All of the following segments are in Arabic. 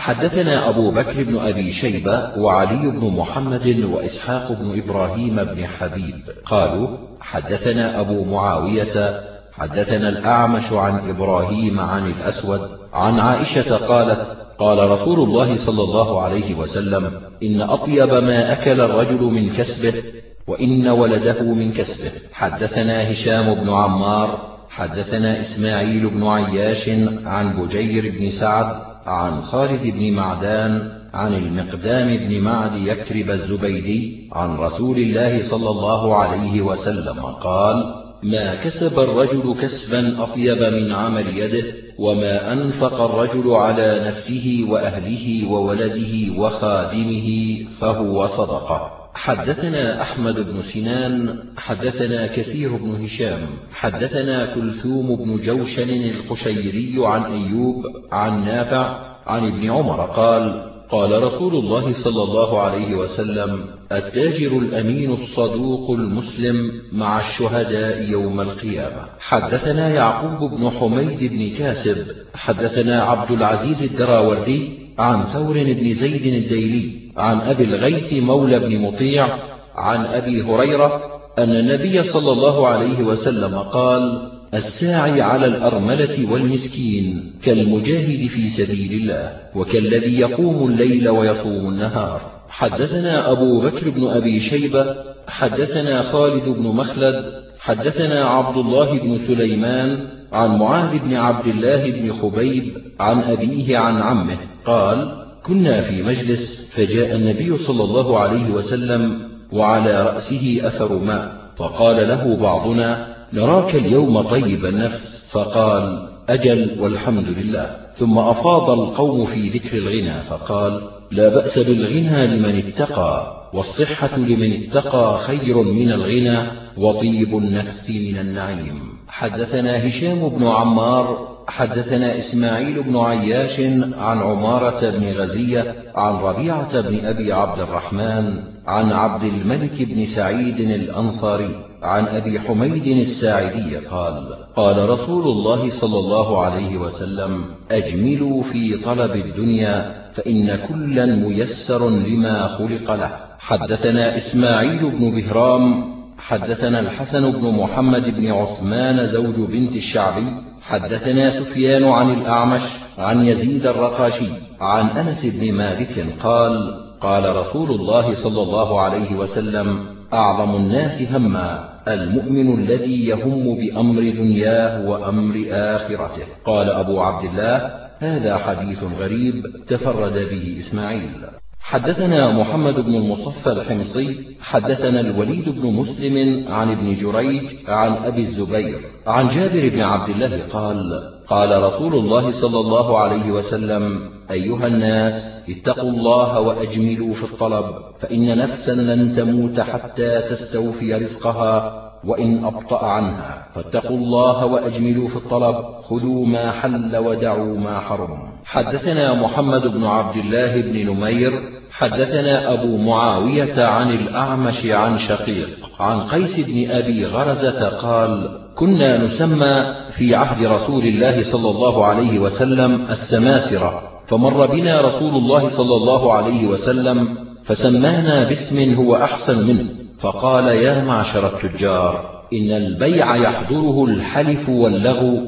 حدثنا أبو بكر بن أبي شيبة وعلي بن محمد وإسحاق بن إبراهيم بن حبيب قالوا حدثنا أبو معاوية حدثنا الأعمش عن إبراهيم عن الأسود عن عائشة قالت قال رسول الله صلى الله عليه وسلم إن أطيب ما أكل الرجل من كسبه وإن ولده من كسبه. حدثنا هشام بن عمار حدثنا إسماعيل بن عياش عن بجير بن سعد عن خالد بن معدان عن المقدام بن معد يكرب الزبيدي عن رسول الله صلى الله عليه وسلم قال ما كسب الرجل كسبا أطيب من عمل يده وما أنفق الرجل على نفسه وأهله وولده وخادمه فهو صدقة. حدثنا أحمد بن سنان حدثنا كثير بن هشام حدثنا كلثوم بن جوشن القشيري عن أيوب عن نافع عن ابن عمر قال قال رسول الله صلى الله عليه وسلم التاجر الأمين الصدوق المسلم مع الشهداء يوم القيامة. حدثنا يعقوب بن حميد بن كاسب حدثنا عبد العزيز الدراوردي عن ثور بن زيد الديلي عن أبي الغيث مولى بن مطيع عن أبي هريرة أن النبي صلى الله عليه وسلم قال الساعي على الأرملة والمسكين كالمجاهد في سبيل الله وكالذي يقوم الليل ويصوم النهار. حدثنا أبو بكر بن أبي شيبة حدثنا خالد بن مخلد حدثنا عبد الله بن سليمان عن معاذ بن عبد الله بن خبيب عن أبيه عن عمه قال كنا في مجلس فجاء النبي صلى الله عليه وسلم وعلى رأسه أثر ماء فقال له بعضنا نراك اليوم طيب النفس فقال أجل والحمد لله. ثم أفاض القوم في ذكر الغنى فقال لا بأس بالغنى لمن اتقى والصحة لمن اتقى خير من الغنى وطيب النفس من النعيم. حدثنا هشام بن عمار حدثنا إسماعيل بن عياش عن عمارة بن غزية عن ربيعة بن أبي عبد الرحمن عن عبد الملك بن سعيد الأنصاري عن أبي حميد الساعدي قال قال رسول الله صلى الله عليه وسلم أجملوا في طلب الدنيا فإن كلا ميسر لما خلق له. حدثنا إسماعيل بن بهرام حدثنا الحسن بن محمد بن عثمان زوج بنت الشعبي حدثنا سفيان عن الأعمش عن يزيد الرقاشي عن أنس بن مالك قال قال رسول الله صلى الله عليه وسلم أعظم الناس هما المؤمن الذي يهم بأمر دنياه وأمر آخرته. قال أبو عبد الله هذا حديث غريب تفرد به إسماعيل. حدثنا محمد بن المصفى الحمصي حدثنا الوليد بن مسلم عن ابن جريج عن أبي الزبير عن جابر بن عبد الله قال قال رسول الله صلى الله عليه وسلم أيها الناس اتقوا الله وأجملوا في الطلب فإن نفسا لن تموت حتى تستوفي رزقها وإن أبطأ عنها فاتقوا الله وأجملوا في الطلب خذوا ما حل ودعوا ما حرم. حدثنا محمد بن عبد الله بن نمير حدثنا أبو معاوية عن الأعمش عن شقيق عن قيس بن أبي غرزة قال كنا نسمى في عهد رسول الله صلى الله عليه وسلم السماسرة فمر بنا رسول الله صلى الله عليه وسلم فسمانا باسم هو أحسن منه فقال يا معشر التجار إن البيع يحضره الحلف واللغو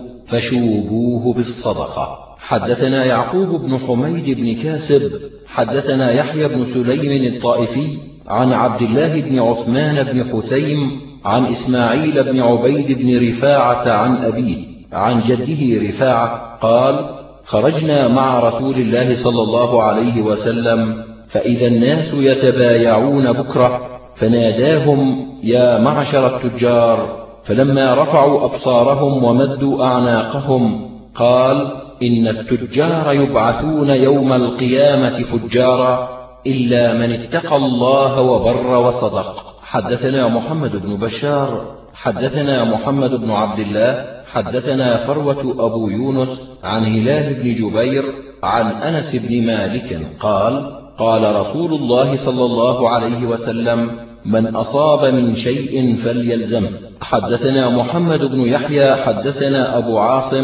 فشوبوه بالصدقة. حدثنا يعقوب بن حميد بن كاسب حدثنا يحيى بن سليم الطائفي عن عبد الله بن عثمان بن خثيم عن إسماعيل بن عبيد بن رفاعة عن أبيه عن جده رفاعة قال خرجنا مع رسول الله صلى الله عليه وسلم فإذا الناس يتبايعون بكرة فناداهم يا معشر التجار فلما رفعوا أبصارهم ومدوا أعناقهم قال إن التجار يبعثون يوم القيامة فجارا إلا من اتقى الله وبر وصدق. حدثنا محمد بن بشار حدثنا محمد بن عبد الله حدثنا فروة أبو يونس عن هلال بن جبير عن أنس بن مالك قال قال رسول الله صلى الله عليه وسلم من أصاب من شيء فليلزمه. حدثنا محمد بن يحيى حدثنا أبو عاصم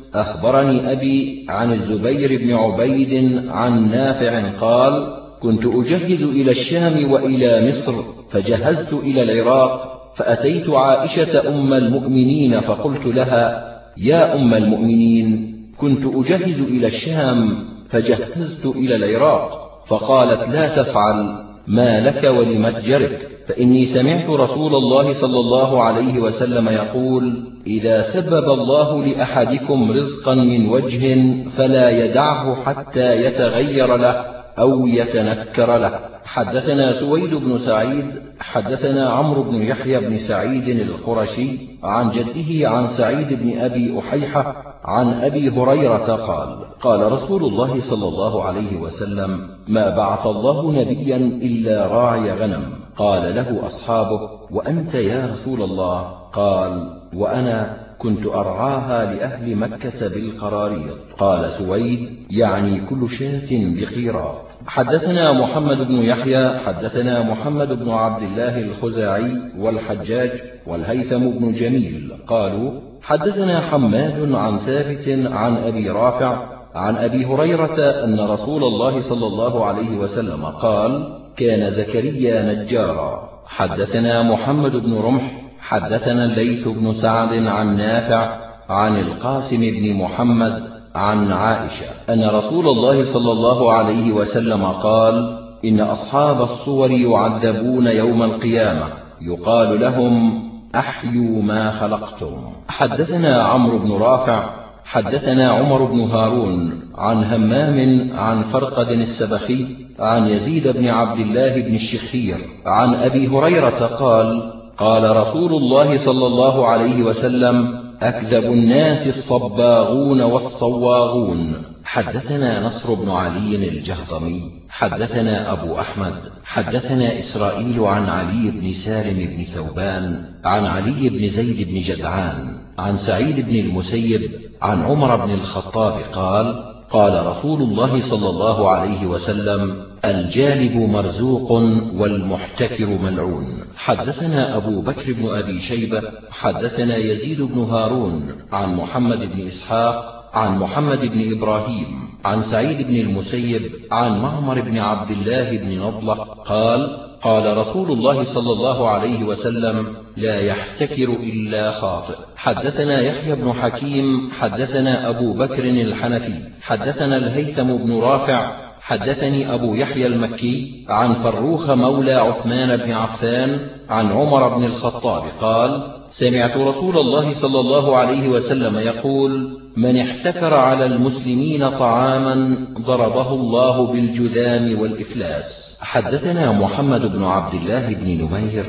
أخبرني أبي عن الزبير بن عبيد عن نافع قال: كنت أجهز إلى الشام وإلى مصر، فجهزت إلى العراق، فأتيت عائشة أم المؤمنين فقلت لها: يا أم المؤمنين، كنت أجهز إلى الشام فجهزت إلى العراق. فقالت: لا تفعل، ما لك ولمتجرك، فإني سمعت رسول الله صلى الله عليه وسلم يقول: إذا سبب الله لأحدكم رزقا من وجه فلا يدعه حتى يتغير له أو يتنكر له. حدثنا سويد بن سعيد حدثنا عمرو بن يحيى بن سعيد القرشي عن جده عن سعيد بن أبي أحيحة عن أبي هريرة قال: قال رسول الله صلى الله عليه وسلم: ما بعث الله نبيا إلا راعي غنم. قال له أصحابه: وأنت يا رسول الله؟ قال: وأنا كنت أرعاها لأهل مكة بالقراريط. قال سويد: يعني كل شاة بقيراط. حدثنا محمد بن يحيى حدثنا محمد بن عبد الله الخزاعي والحجاج والهيثم بن جميل قالوا: حدثنا حماد عن ثابت عن أبي رافع عن أبي هريرة أن رسول الله صلى الله عليه وسلم قال: كان زكريا نجارا. حدثنا محمد بن رمح حدثنا الليث بن سعد عن نافع عن القاسم بن محمد عن عائشة أن رسول الله صلى الله عليه وسلم قال: إن أصحاب الصور يعذبون يوم القيامة، يقال لهم: أحيوا ما خلقتم. حدثنا عمرو بن رافع حدثنا عمر بن هارون عن همام عن فرقد السبخي عن يزيد بن عبد الله بن الشخير عن أبي هريرة قال: قال رسول الله صلى الله عليه وسلم: أكذب الناس الصباغون والصواغون. حدثنا نصر بن علي الجهضمي حدثنا أبو أحمد حدثنا إسرائيل عن علي بن سالم بن ثوبان عن علي بن زيد بن جدعان عن سعيد بن المسيب عن عمر بن الخطاب قال: قال رسول الله صلى الله عليه وسلم: الجالب مرزوق والمحتكر ملعون. حدثنا أبو بكر بن أبي شيبة حدثنا يزيد بن هارون عن محمد بن إسحاق عن محمد بن إبراهيم عن سعيد بن المسيب عن معمر بن عبد الله بن نضلة قال: قال رسول الله صلى الله عليه وسلم: لا يحتكر إلا خاطئ. حدثنا يحيى بن حكيم حدثنا أبو بكر الحنفي حدثنا الهيثم بن رافع حدثني أبو يحيى المكي عن فروخ مولى عثمان بن عفان عن عمر بن الخطاب قال: سمعت رسول الله صلى الله عليه وسلم يقول: من احتكر على المسلمين طعاما ضربه الله بالجذام والإفلاس. حدثنا محمد بن عبد الله بن نمير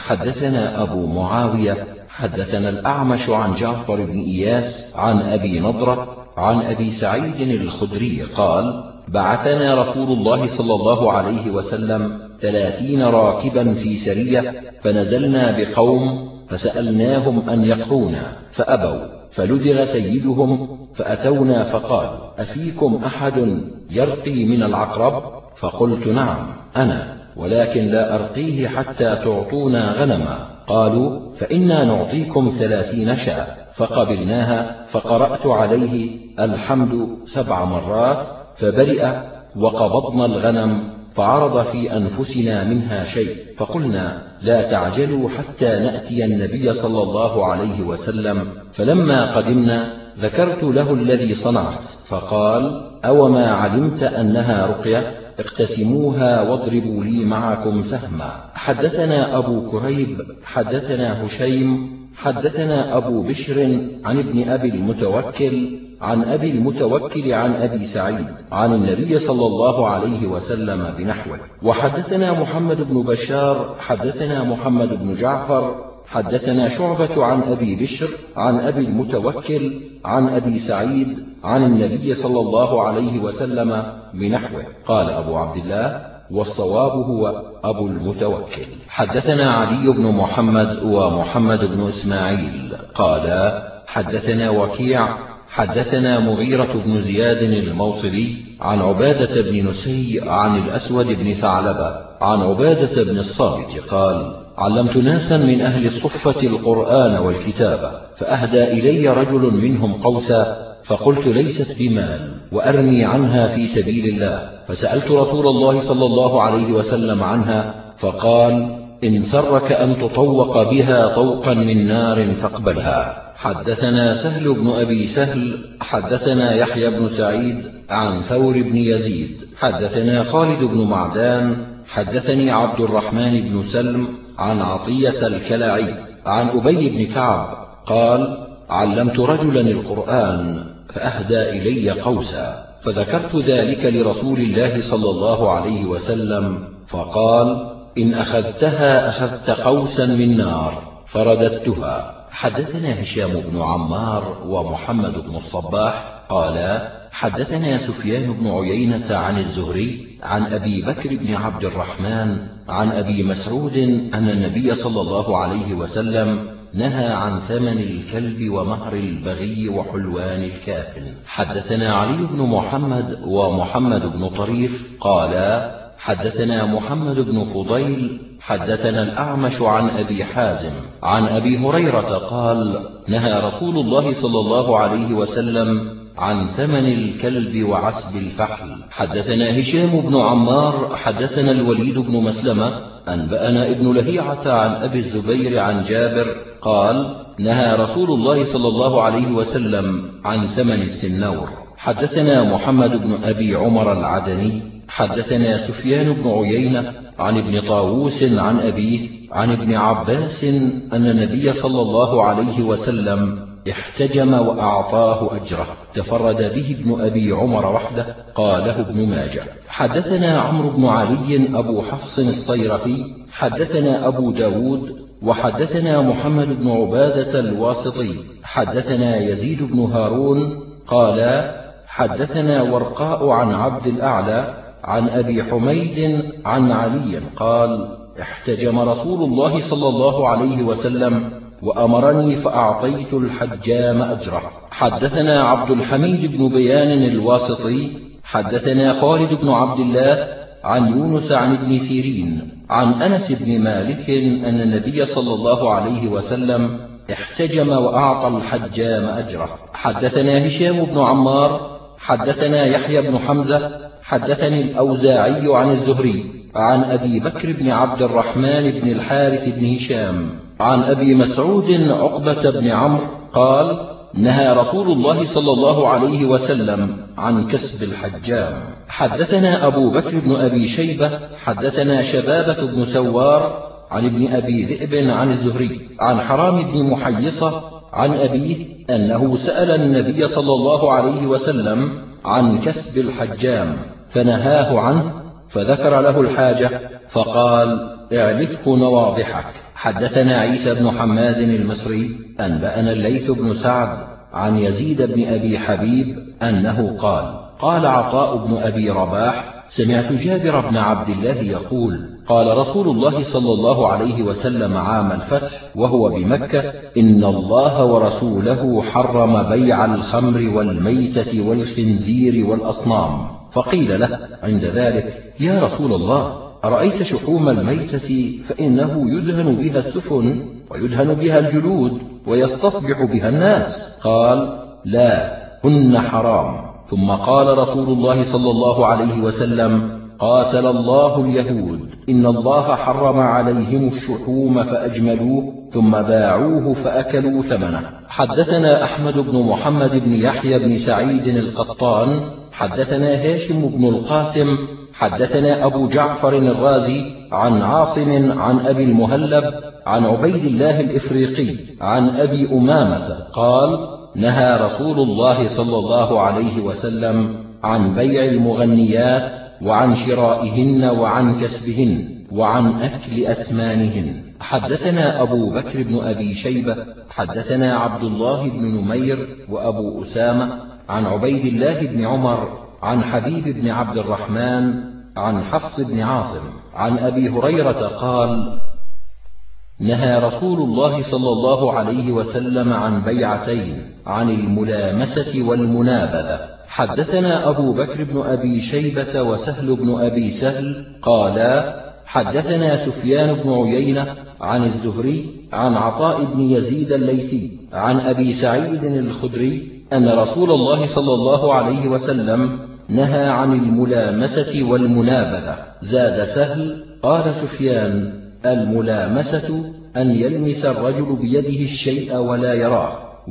حدثنا أبو معاوية حدثنا الأعمش عن جعفر بن إياس عن أبي نضرة عن أبي سعيد الخدري قال: بعثنا رسول الله صلى الله عليه وسلم 30 راكبا في سرية، فنزلنا بقوم فسألناهم أن يقرونا فأبوا، فلدغ سيدهم فأتونا فقالوا: أفيكم أحد يرقي من العقرب؟ فقلت: نعم أنا، ولكن لا أرقيه حتى تعطونا غنما. قالوا: فإنا نعطيكم 30 شاة. فقبلناها، فقرأت عليه الحمد 7 مرات فبرئ، وقبضنا الغنم فعرض في أنفسنا منها شيء، فقلنا: لا تعجلوا حتى نأتي النبي صلى الله عليه وسلم. فلما قدمنا ذكرت له الذي صنعت، فقال: أوما علمت أنها رقية؟ اقتسموها واضربوا لي معكم سهما. حدثنا أبو كريب حدثنا هشيم حدثنا أبو بشر عن ابن أبي المتوكل عن أبي المتوكل عن أبي سعيد عن النبي صلى الله عليه وسلم بنحوه. وحدثنا محمد بن بشار حدثنا محمد بن جعفر حدثنا شعبة عن أبي بشر عن أبي المتوكل عن أبي سعيد عن النبي صلى الله عليه وسلم بنحوه. قال أبو عبد الله: والصواب هو أبو المتوكل. حدثنا علي بن محمد ومحمد بن إسماعيل قال: حدثنا وكيع حدثنا مغيرة بن زياد الموصلي عن عبادة بن نسي عن الأسود بن ثعلبة عن عبادة بن الصامت قال: علمت ناسا من أهل الصفة القرآن والكتابة، فأهدى إلي رجل منهم قوسا، فقلت ليست بمال وأرمي عنها في سبيل الله، فسألت رسول الله صلى الله عليه وسلم عنها فقال: إن سرك أن تطوق بها طوقا من نار فاقبلها. حدثنا سهل بن أبي سهل حدثنا يحيى بن سعيد عن ثور بن يزيد حدثنا خالد بن معدان حدثني عبد الرحمن بن سلم عن عطية الكلعي عن أبي بن كعب قال: علمت رجلا القرآن فأهدى إلي قوسا، فذكرت ذلك لرسول الله صلى الله عليه وسلم فقال: إن أخذتها أخذت قوسا من نار، فرددتها. حدثنا هشام بن عمار ومحمد بن الصباح قالا: حدثنا سفيان بن عيينة عن الزهري عن أبي بكر بن عبد الرحمن عن أبي مسعود أن النبي صلى الله عليه وسلم نهى عن ثمن الكلب ومهر البغي وحلوان الكاهن. حدثنا علي بن محمد ومحمد بن طريف قالا: حدثنا محمد بن فضيل حدثنا الأعمش عن أبي حازم عن أبي هريرة قال: نهى رسول الله صلى الله عليه وسلم عن ثمن الكلب وعسب الفحل. حدثنا هشام بن عمار حدثنا الوليد بن مسلمة أنبأنا ابن لهيعة عن أبي الزبير عن جابر قال: نهى رسول الله صلى الله عليه وسلم عن ثمن السنور. حدثنا محمد بن أبي عمر العدني حدثنا سفيان بن عيينة عن ابن طاووس عن أبيه عن ابن عباس أن النبي صلى الله عليه وسلم احتجم وأعطاه أجره، تفرد به ابن أبي عمر وحده، قاله ابن ماجه. حدثنا عمرو بن علي أبو حفص الصيرفي حدثنا أبو داود وحدثنا محمد بن عبادة الواسطي حدثنا يزيد بن هارون قالا: حدثنا ورقاء عن عبد الأعلى عن أبي حميد عن علي قال: احتجم رسول الله صلى الله عليه وسلم وأمرني فأعطيت الحجام أجره. حدثنا عبد الحميد بن بيان الواسطي حدثنا خالد بن عبد الله عن يونس عن ابن سيرين عن أنس بن مالك أن النبي صلى الله عليه وسلم احتجم وأعطى الحجام أجره. حدثنا هشام بن عمار حدثنا يحيى بن حمزة حدثني الأوزاعي عن الزهري عن أبي بكر بن عبد الرحمن بن الحارث بن هشام عن أبي مسعود عقبة بن عمرو قال: نهى رسول الله صلى الله عليه وسلم عن كسب الحجام. حدثنا أبو بكر بن أبي شيبة حدثنا شبابة بن سوار عن ابن أبي ذئب عن الزهري عن حرام بن محيصة عن أبيه أنه سأل النبي صلى الله عليه وسلم عن كسب الحجام فنهاه عنه، فذكر له الحاجة فقال: اعلفه نواضحك. حدثنا عيسى بن حماد المصري أنبأنا الليث بن سعد عن يزيد بن أبي حبيب أنه قال: قال عطاء بن أبي رباح: سمعت جابر بن عبد الله يقول: قال رسول الله صلى الله عليه وسلم عام الفتح وهو بمكة: إن الله ورسوله حرم بيع الخمر والميتة والخنزير والأصنام. فقيل له عند ذلك: يا رسول الله، أرأيت شحوم الميتة فإنه يدهن بها السفن ويدهن بها الجلود ويستصبح بها الناس؟ قال: لا، هن حرام. ثم قال رسول الله صلى الله عليه وسلم: قاتل الله اليهود، إن الله حرم عليهم الشحوم فأجملوه ثم باعوه فأكلوا ثمنه. حدثنا أحمد بن محمد بن يحيى بن سعيد القطان حدثنا هاشم بن القاسم حدثنا أبو جعفر الرازي عن عاصم عن أبي المهلب عن عبيد الله الإفريقي عن أبي أمامة قال: نهى رسول الله صلى الله عليه وسلم عن بيع المغنيات وعن شرائهن وعن كسبهن وعن أكل أثمانهن. حدثنا أبو بكر بن أبي شيبة حدثنا عبد الله بن نمير وأبو أسامة عن عبيد الله بن عمر عن حبيب بن عبد الرحمن عن حفص بن عاصم عن أبي هريرة قال: نهى رسول الله صلى الله عليه وسلم عن بيعتين، عن الملامسة والمنابذة. حدثنا أبو بكر بن أبي شيبة وسهل بن أبي سهل قالا: حدثنا سفيان بن عيينة عن الزهري عن عطاء بن يزيد الليثي عن أبي سعيد الخدري أن رسول الله صلى الله عليه وسلم نهى عن الملامسة والمنابذة. زاد سهل قال سفيان: الملامسة أن يلمس الرجل بيده الشيء ولا يراه،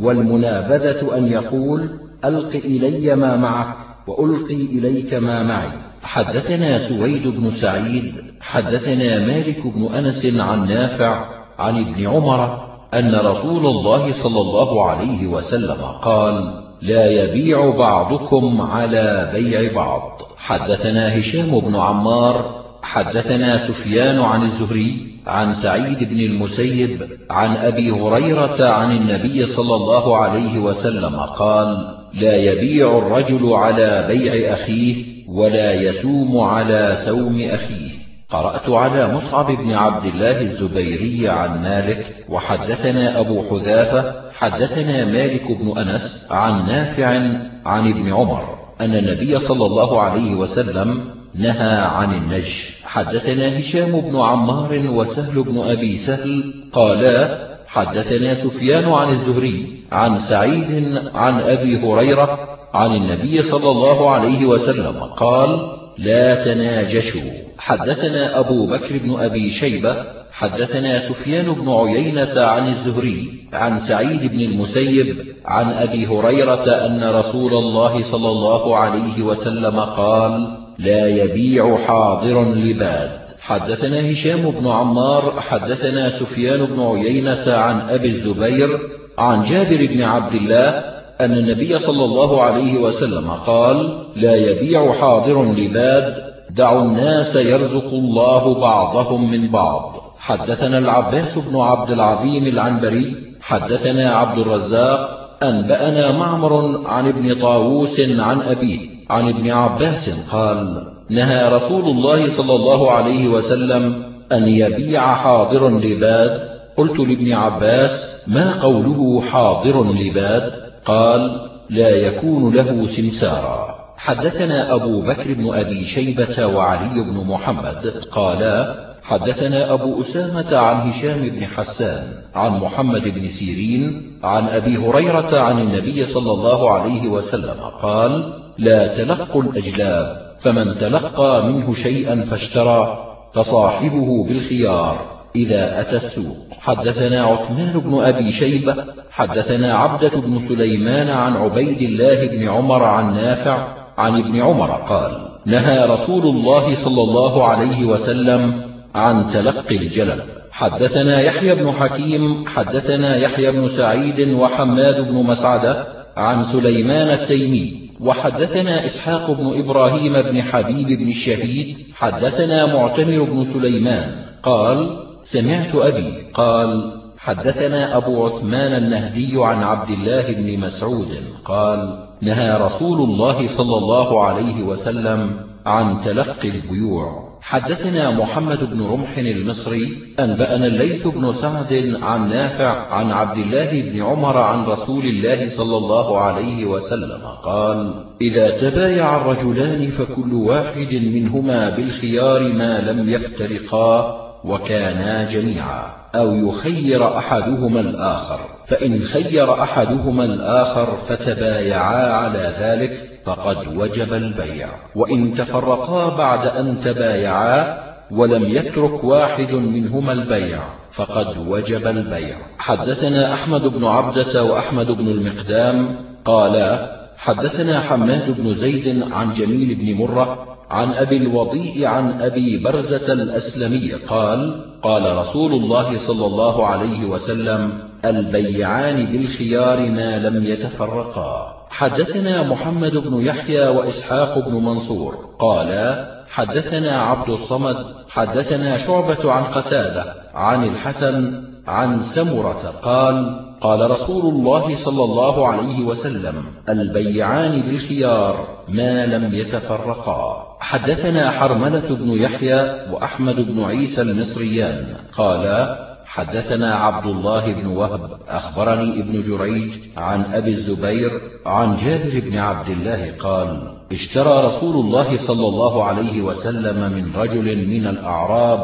والمنابذة أن يقول: ألق إلي ما معك وألقي إليك ما معي. حدثنا سويد بن سعيد حدثنا مالك بن أنس عن نافع عن ابن عمر أن رسول الله صلى الله عليه وسلم قال: لا يبيع بعضكم على بيع بعض. حدثنا هشام بن عمار حدثنا سفيان عن الزهري عن سعيد بن المسيب عن أبي هريرة عن النبي صلى الله عليه وسلم قال: لا يبيع الرجل على بيع أخيه ولا يسوم على سوم أخيه. قرأت على مصعب بن عبد الله الزبيري عن مالك وحدثنا أبو حذافة حدثنا مالك بن أنس عن نافع عن ابن عمر أن النبي صلى الله عليه وسلم نهى عن النجش. حدثنا هشام بن عمار وسهل بن أبي سهل قالا: حدثنا سفيان عن الزهري عن سعيد عن أبي هريرة عن النبي صلى الله عليه وسلم قال: لا تناجشوا. حدثنا أبو بكر بن أبي شيبة حدثنا سفيان بن عيينة عن الزهري عن سعيد بن المسيب عن أبي هريرة أن رسول الله صلى الله عليه وسلم قال: لا يبيع حاضر لباد. حدثنا هشام بن عمار حدثنا سفيان بن عيينة عن أبي الزبير عن جابر بن عبد الله أن النبي صلى الله عليه وسلم قال: لا يبيع حاضر لباد، دعوا الناس يرزق الله بعضهم من بعض. حدثنا العباس بن عبد العظيم العنبري حدثنا عبد الرزاق أنبأنا معمر عن ابن طاووس عن أبيه عن ابن عباس قال: نهى رسول الله صلى الله عليه وسلم أن يبيع حاضر لباد. قلت لابن عباس: ما قوله حاضر لباد؟ قال: لا يكون له سمسارا. حدثنا أبو بكر بن أبي شيبة وعلي بن محمد قالا: حدثنا أبو أسامة عن هشام بن حسان عن محمد بن سيرين عن أبي هريرة عن النبي صلى الله عليه وسلم قال: لا تلقوا الأجلاب، فمن تلقى منه شيئا فاشترى فصاحبه بالخيار إذا أتى السوق. حدثنا عثمان بن أبي شيبة حدثنا عبدة بن سليمان عن عبيد الله بن عمر عن نافع عن ابن عمر قال: نهى رسول الله صلى الله عليه وسلم عن تلقي الجلب. حدثنا يحيى بن حكيم حدثنا يحيى بن سعيد وحماد بن مسعدة عن سليمان التيمي وحدثنا إسحاق بن إبراهيم بن حبيب بن الشهيد حدثنا معتمر بن سليمان قال: سمعت أبي قال: حدثنا أبو عثمان النهدي عن عبد الله بن مسعود قال: نهى رسول الله صلى الله عليه وسلم عن تلقي البيوع. حدثنا محمد بن رمح المصري أنبأنا الليث بن سعد عن نافع عن عبد الله بن عمر عن رسول الله صلى الله عليه وسلم قال: إذا تبايع الرجلان فكل واحد منهما بالخيار ما لم يفترقا وكانا جميعا، أو يخير أحدهما الآخر، فإن خير أحدهما الآخر فتبايعا على ذلك فقد وجب البيع، وإن تفرقا بعد أن تبايعا ولم يترك واحد منهما البيع فقد وجب البيع. حدثنا أحمد بن عبدة وأحمد بن المقدام قالا: حدثنا حماد بن زيد عن جميل بن مرة عن أبي الوضيء عن أبي برزة الأسلمي قال: قال رسول الله صلى الله عليه وسلم: البيعان بالخيار ما لم يتفرقا. حدثنا محمد بن يحيى وإسحاق بن منصور قالا: حدثنا عبد الصمد حدثنا شعبة عن قتادة عن الحسن عن سمرة قال: قال رسول الله صلى الله عليه وسلم: البيعان بالخيار ما لم يتفرقا. حدثنا حرملة بن يحيى وأحمد بن عيسى المصريان قالا: حدثنا عبد الله بن وهب أخبرني ابن جريج عن أبي الزبير عن جابر بن عبد الله قال: اشترى رسول الله صلى الله عليه وسلم من رجل من الأعراب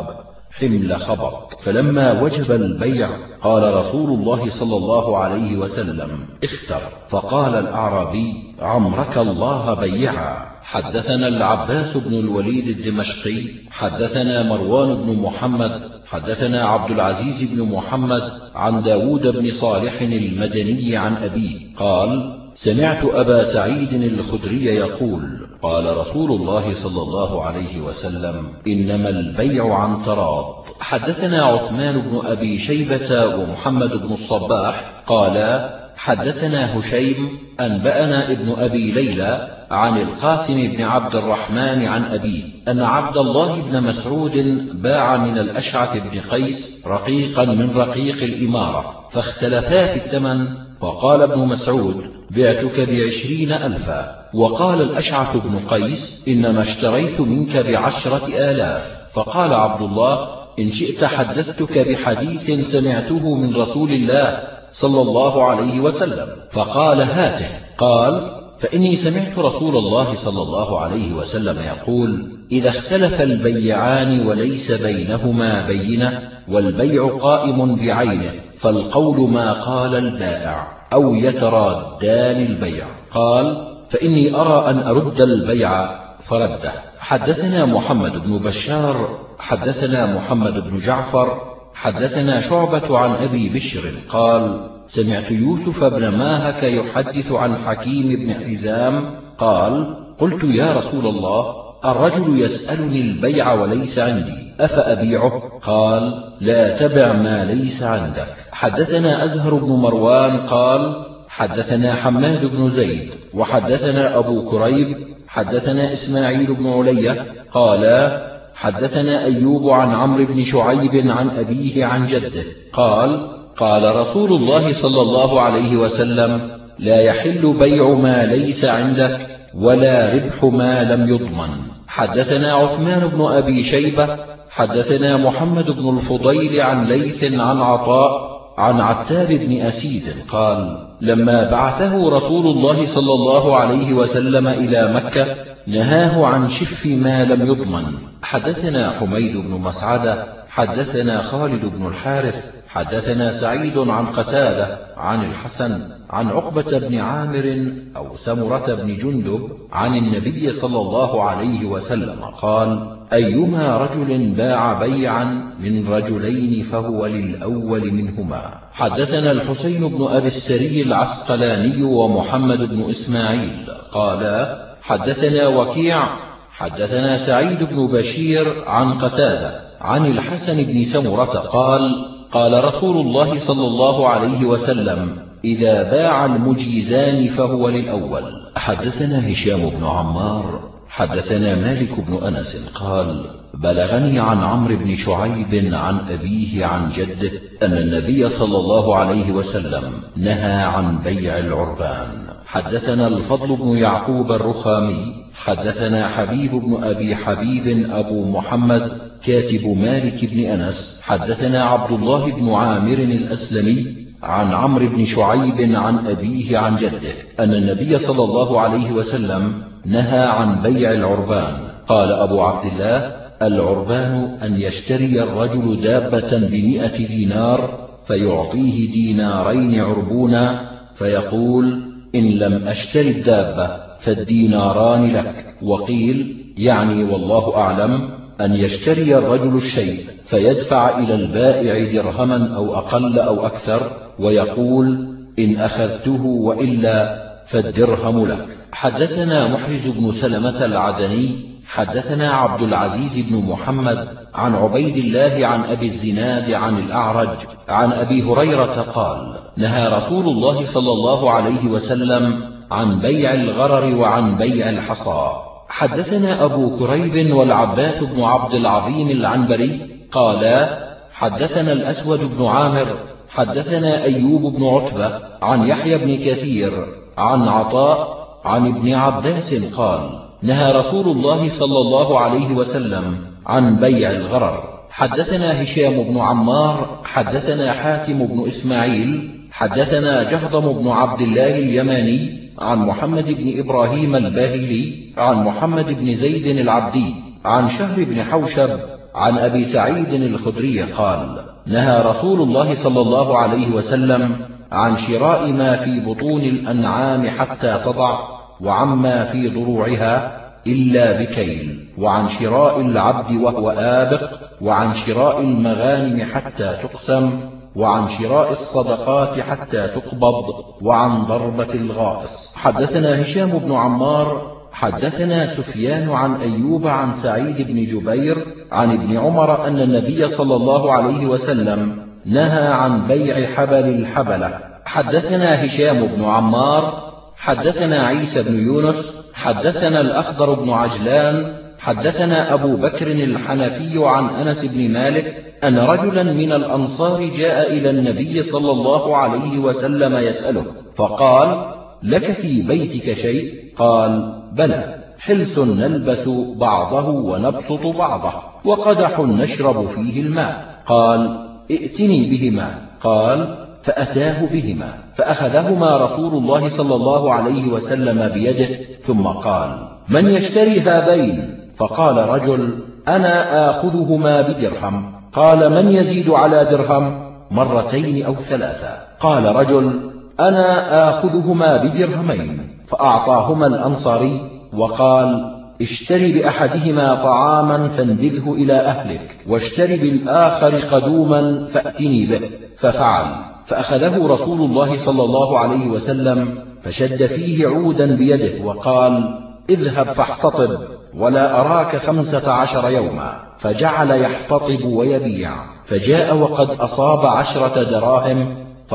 حمل خبط. فلما وجب البيع قال رسول الله صلى الله عليه وسلم: اختر. فقال الأعرابي: عمرك الله بيعا. حدثنا العباس بن الوليد الدمشقي حدثنا مروان بن محمد حدثنا عبد العزيز بن محمد عن داود بن صالح المدني عن أبيه قال: سمعت أبا سعيد الخدري يقول: قال رسول الله صلى الله عليه وسلم: إنما البيع عن تراض. حدثنا عثمان بن أبي شيبة ومحمد بن الصباح قالا: حدثنا هشيم أنبأنا ابن أبي ليلى عن القاسم بن عبد الرحمن عن أبيه أن عبد الله بن مسعود باع من الأشعث بن قيس رقيقا من رقيق الإمارة، فاختلفا في الثمن، فقال ابن مسعود: بعتك ب20,000، وقال الأشعث بن قيس: إنما اشتريت منك ب10,000. فقال عبد الله: إن شئت حدثتك بحديث سمعته من رسول الله صلى الله عليه وسلم. فقال: هاته. قال: فإني سمعت رسول الله صلى الله عليه وسلم يقول: إذا اختلف البيعان وليس بينهما بينة والبيع قائم بعينه فالقول ما قال البائع أو يترادان البيع. قال: فإني أرى أن أرد البيع، فرده. حدثنا محمد بن بشار حدثنا محمد بن جعفر حدثنا شعبة عن أبي بشر قال: سمعت يوسف بن ماهك يحدث عن حكيم بن حزام قال: قلت: يا رسول الله، الرجل يسألني البيع وليس عندي، أفأبيعه؟ قال: لا تبع ما ليس عندك. حدثنا أزهر بن مروان قال: حدثنا حماد بن زيد وحدثنا أبو كريب حدثنا إسماعيل بن علية قال: حدثنا أيوب عن عمرو بن شعيب عن أبيه عن جده قال: قال رسول الله صلى الله عليه وسلم: لا يحل بيع ما ليس عندك ولا ربح ما لم يضمن. حدثنا عثمان بن أبي شيبة حدثنا محمد بن الفضيل عن ليث عن عطاء عن عتاب بن أسيد قال: لما بعثه رسول الله صلى الله عليه وسلم إلى مكة نهاه عن شف ما لم يضمن. حدثنا حميد بن مسعدة حدثنا خالد بن الحارث حدثنا سعيد عن قتادة عن الحسن عن عقبة بن عامر أو سمرة بن جندب عن النبي صلى الله عليه وسلم قال: أيما رجل باع بيعا من رجلين فهو للأول منهما. حدثنا الحسين بن أبي السري العسقلاني ومحمد بن إسماعيل قالا: حدثنا وكيع حدثنا سعيد بن بشير عن قتادة عن الحسن بن سمرة قال: قال رسول الله صلى الله عليه وسلم: إذا باع المجيزان فهو للأول. حدثنا هشام بن عمار حدثنا مالك بن أنس قال: بلغني عن عمرو بن شعيب عن أبيه عن جده أن النبي صلى الله عليه وسلم نهى عن بيع العربان. حدثنا الفضل بن يعقوب الرخامي حدثنا حبيب بن أبي حبيب أبو محمد كاتب مالك بن أنس حدثنا عبد الله بن عامر الأسلمي عن عمرو بن شعيب عن أبيه عن جده أن النبي صلى الله عليه وسلم نهى عن بيع العربان. قال أبو عبد الله: العربان أن يشتري الرجل دابة ب100 دينار فيعطيه دينارين عربونا فيقول: إن لم أشتر الدابة فالديناران لك. وقيل يعني والله أعلم أن يشتري الرجل الشيء فيدفع إلى البائع درهما أو أقل أو أكثر ويقول: إن أخذته وإلا فالدرهم لك. حدثنا محرز بن سلمة العدني حدثنا عبد العزيز بن محمد عن عبيد الله عن أبي الزناد عن الأعرج عن أبي هريرة قال: نهى رسول الله صلى الله عليه وسلم عن بيع الغرر وعن بيع الحصى. حدثنا أبو كريب والعباس بن عبد العظيم العنبري قالا: حدثنا الأسود بن عامر حدثنا أيوب بن عتبة عن يحيى بن كثير عن عطاء عن ابن عباس قال: نهى رسول الله صلى الله عليه وسلم عن بيع الغرر. حدثنا هشام بن عمار حدثنا حاتم بن إسماعيل حدثنا جهضم بن عبد الله اليماني عن محمد بن إبراهيم الباهلي عن محمد بن زيد العبدي عن شهر بن حوشب عن أبي سعيد الخدري قال: نهى رسول الله صلى الله عليه وسلم عن شراء ما في بطون الأنعام حتى تضع، وعما في ضروعها إلا بكيل، وعن شراء العبد وهو آبق، وعن شراء المغانم حتى تقسم، وعن شراء الصدقات حتى تقبض، وعن ضربة الغائص. حدثنا هشام بن عمار حدثنا سفيان عن أيوب عن سعيد بن جبير عن ابن عمر أن النبي صلى الله عليه وسلم نهى عن بيع حبل الحبلة. حدثنا هشام بن عمار حدثنا عيسى بن يونس حدثنا الأخضر بن عجلان حدثنا أبو بكر الحنفي عن أنس بن مالك أن رجلا من الأنصار جاء إلى النبي صلى الله عليه وسلم يسأله، فقال: لك في بيتك شيء؟ قال: بلى، حلس نلبس بعضه ونبسط بعضه، وقدح نشرب فيه الماء. قال: ائتني بهما. قال: فأتاه بهما، فأخذهما رسول الله صلى الله عليه وسلم بيده، ثم قال: من يشتري هذين؟ فقال رجل: أنا آخذهما بدرهم. قال: من يزيد على درهم؟ مرتين أو ثلاثة. قال رجل: أنا آخذهما بدرهمين. فأعطاهما الأنصاري وقال: اشتري بأحدهما طعاما فانبذه إلى أهلك، واشتري بالآخر قدوما فأتني به. ففعل، فأخذه رسول الله صلى الله عليه وسلم فشد فيه عودا بيده وقال: اذهب فاحتطب، ولا أراك 15 يوما. فجعل يحتطب ويبيع، فجاء وقد أصاب 10 دراهم،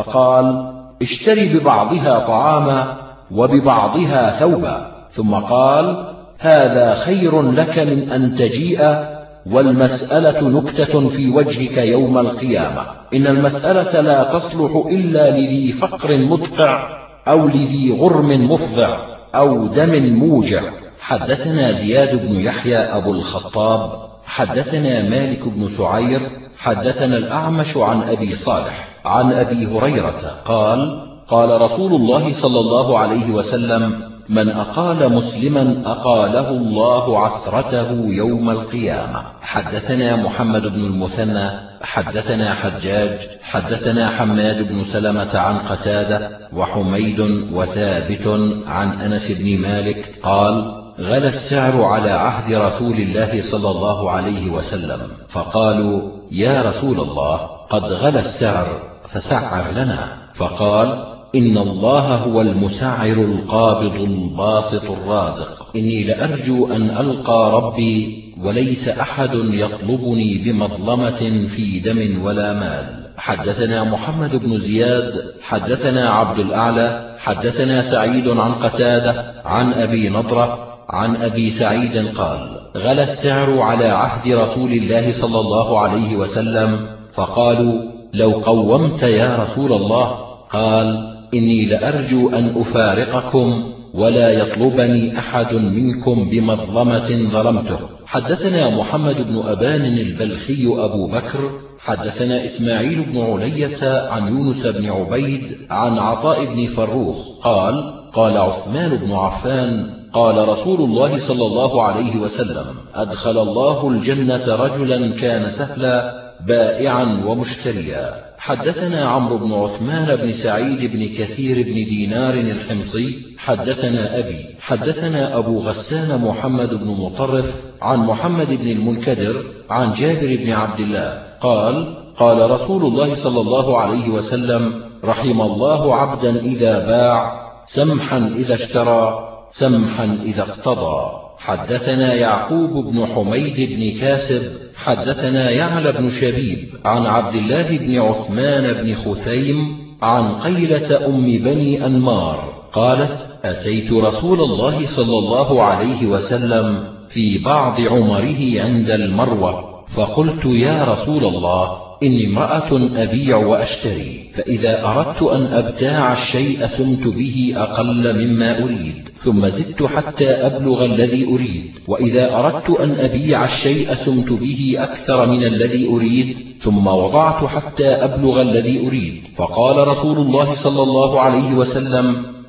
فقال: اشتري ببعضها طعاما وببعضها ثوبا. ثم قال: هذا خير لك من أن تجيء، والمسألة نكتة في وجهك يوم القيامة. إن المسألة لا تصلح إلا لذي فقر مدقع، أو لذي غرم مفضع، أو دم موجع. حدثنا زياد بن يحيى أبو الخطاب حدثنا مالك بن سعير حدثنا الأعمش عن أبي صالح عن أبي هريرة قال: قال رسول الله صلى الله عليه وسلم: من أقال مسلما أقاله الله عثرته يوم القيامة. حدثنا محمد بن المثنى حدثنا حجاج حدثنا حماد بن سلمة عن قتادة وحميد وثابت عن أنس بن مالك قال: غلى السعر على عهد رسول الله صلى الله عليه وسلم، فقالوا: يا رسول الله، قد غلى السعر فسعر لنا. فقال: إن الله هو المسعر القابض الباسط الرازق، إني لأرجو أن ألقى ربي وليس أحد يطلبني بمظلمة في دم ولا مال. حدثنا محمد بن زياد حدثنا عبد الأعلى حدثنا سعيد عن قتادة عن أبي نضرة عن أبي سعيد قال: غلى السعر على عهد رسول الله صلى الله عليه وسلم، فقالوا: لو قومت يا رسول الله. قال: إني لأرجو أن أفارقكم ولا يطلبني أحد منكم بمظلمة ظلمته. حدثنا محمد بن أبان البلخي أبو بكر حدثنا إسماعيل بن علية عن يونس بن عبيد عن عطاء بن فروخ قال: قال عثمان بن عفان: قال رسول الله صلى الله عليه وسلم: أدخل الله الجنة رجلا كان سهلا بائعا ومشتريا. حدثنا عمرو بن عثمان بن سعيد بن كثير بن دينار الحمصي حدثنا أبي حدثنا أبو غسان محمد بن مطرف عن محمد بن المنكدر عن جابر بن عبد الله قال: قال رسول الله صلى الله عليه وسلم: رحم الله عبدا إذا باع، سمحا إذا اشترى، سمحا إذا اقتضى. حدثنا يعقوب بن حميد بن كاسب حدثنا يعلى بن شبيب عن عبد الله بن عثمان بن خثيم عن قيلة أم بني أنمار قالت: أتيت رسول الله صلى الله عليه وسلم في بعض عمره عند المروة، فقلت: يا رسول الله، إني امرأة أبيع وأشتري، فإذا أردت أن أبتاع الشيء ثمت به أقل مما أريد، ثم زدت حتى أبلغ الذي أريد، وإذا أردت أن أبيع الشيء ثمت به أكثر من الذي أريد، ثم وضعت حتى أبلغ الذي أريد. فقال رسول الله صلى الله عليه وسلم: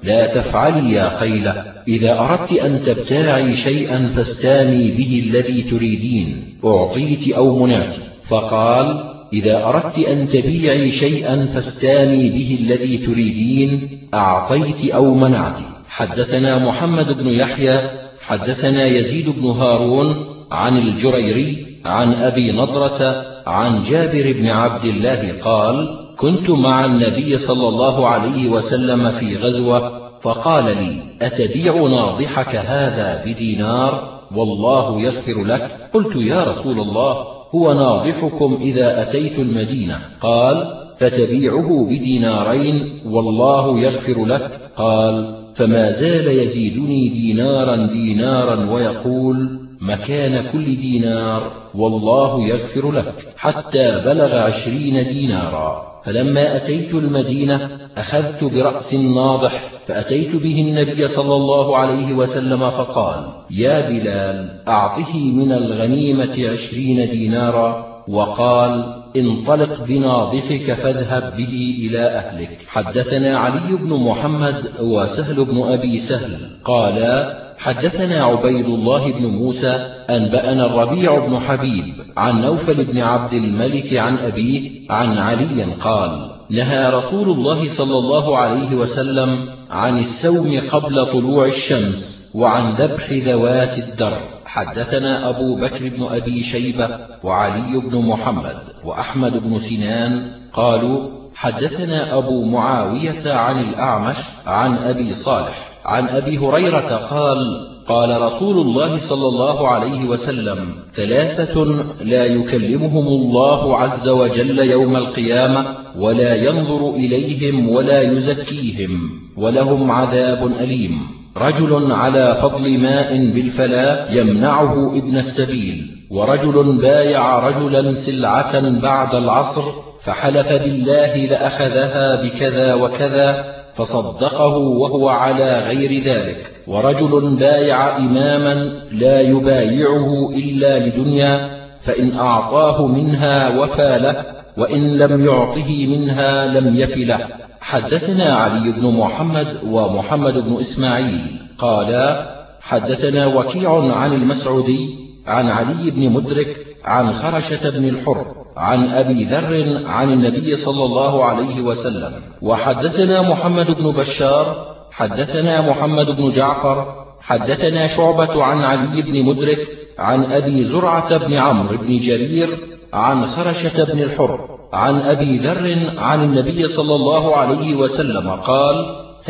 لا تفعلي يا قيلة، إذا أردت أن تبتاعي شيئا فاستاني به الذي تريدين، أعطيت أو منعت. فقال: إذا أردت أن تبيعي شيئا فاستاني به الذي تريدين، أعطيت أو منعت. حدثنا محمد بن يحيى حدثنا يزيد بن هارون عن الجريري عن أبي نضرة عن جابر بن عبد الله قال: كنت مع النبي صلى الله عليه وسلم في غزوة، فقال لي: أتبيع ناضحك هذا بدينار والله يغفر لك؟ قلت: يا رسول الله، هو ناضحكم إذا أتيت المدينة. قال: فتبيعه بدينارين والله يغفر لك. قال: فما زال يزيدني دينارا دينارا ويقول: مكان كل دينار والله يغفر لك، حتى بلغ 20 دينارا. فلما أتيت المدينة أخذت برأس ناضح، فأتيت به النبي صلى الله عليه وسلم فقال: يا بلال، أعطه من الغنيمة 20 دينارا. وقال: انطلق بناضحك فاذهب به إلى أهلك. حدثنا علي بن محمد وسهل بن أبي سهل قالا: حدثنا عبيد الله بن موسى أنبأنا الربيع بن حبيب عن نوفل بن عبد الملك عن أبيه عن علي قال: نهى رسول الله صلى الله عليه وسلم عن السوم قبل طلوع الشمس وعن ذبح ذوات الدر. حدثنا أبو بكر بن أبي شيبة وعلي بن محمد وأحمد بن سنان قالوا: حدثنا أبو معاوية عن الأعمش عن أبي صالح عن أبي هريرة قال: قال رسول الله صلى الله عليه وسلم: 3 لا يكلمهم الله عز وجل يوم القيامة ولا ينظر إليهم ولا يزكيهم ولهم عذاب أليم: رجل على فضل ماء بالفلاة يمنعه ابن السبيل، ورجل بايع رجلا سلعة بعد العصر فحلف بالله لأخذها بكذا وكذا فصدقه وهو على غير ذلك، ورجل بايع إماما لا يبايعه إلا لدنيا، فإن أعطاه منها وفى له، وإن لم يعطه منها لم يف له. حدثنا علي بن محمد ومحمد بن إسماعيل قالا: حدثنا وكيع عن المسعودي عن علي بن مدرك عن خرشة بن الحر عن أبي ذر عن النبي صلى الله عليه وسلم. وحدثنا محمد بن بشار حدثنا محمد بن جعفر حدثنا شعبة عن علي بن مدرك عن أبي زرعة بن عمرو بن جرير عن خرشة بن الحر عن أبي ذر عن النبي صلى الله عليه وسلم قال: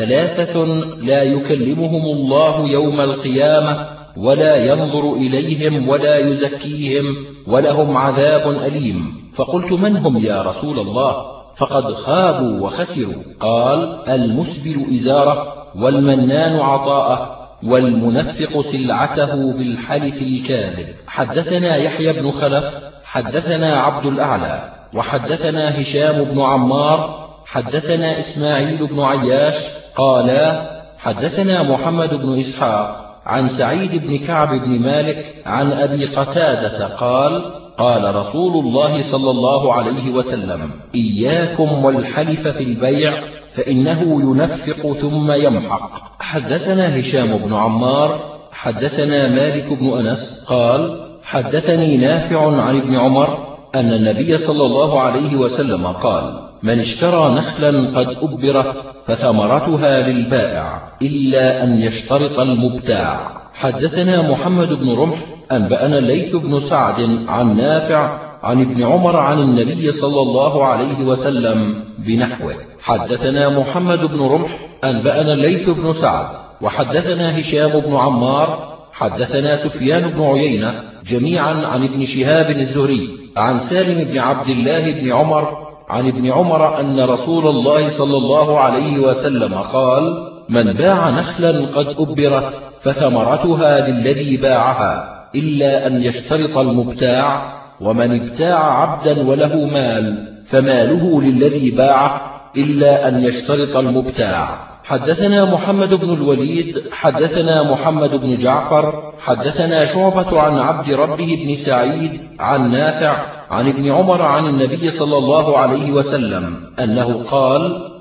3 لا يكلمهم الله يوم القيامة ولا ينظر إليهم ولا يزكيهم ولهم عذاب أليم. فقلت: من هم يا رسول الله؟ فقد خابوا وخسروا. قال: المسبل إزاره، والمنان عطاءه، والمنفق سلعته بالحلف الكاذب. حدثنا يحيى بن خلف حدثنا عبد الأعلى وحدثنا هشام بن عمار حدثنا إسماعيل بن عياش قالا: حدثنا محمد بن إسحاق عن سعيد بن كعب بن مالك عن أبي قتادة قال: قال رسول الله صلى الله عليه وسلم: إياكم والحلف في البيع فإنه ينفق ثم يمحق. حدثنا هشام بن عمار حدثنا مالك بن أنس قال: حدثني نافع عن ابن عمر أن النبي صلى الله عليه وسلم قال: من اشترى نخلا قد أبرت فثمرتها للبائع إلا أن يشترط المبتاع. حدثنا محمد بن رمح أنبأنا الليث بن سعد عن نافع عن ابن عمر عن النبي صلى الله عليه وسلم بنحوه. حدثنا محمد بن رمح أنبأنا الليث بن سعد وحدثنا هشام بن عمار حدثنا سفيان بن عيينة جميعا عن ابن شهاب الزهري عن سالم بن عبد الله بن عمر عن ابن عمر أن رسول الله صلى الله عليه وسلم قال: من باع نخلا قد أبرت فثمرتها للذي باعها إلا أن يشترط المبتاع، ومن ابتاع عبدا وله مال فماله للذي باعه إلا أن يشترط المبتاع. حدثنا محمد بن الوليد حدثنا محمد بن جعفر حدثنا شعبة عن عبد ربه بن سعيد عن نافع عن ابن عمر عن النبي صلى الله عليه وسلم أنه قال: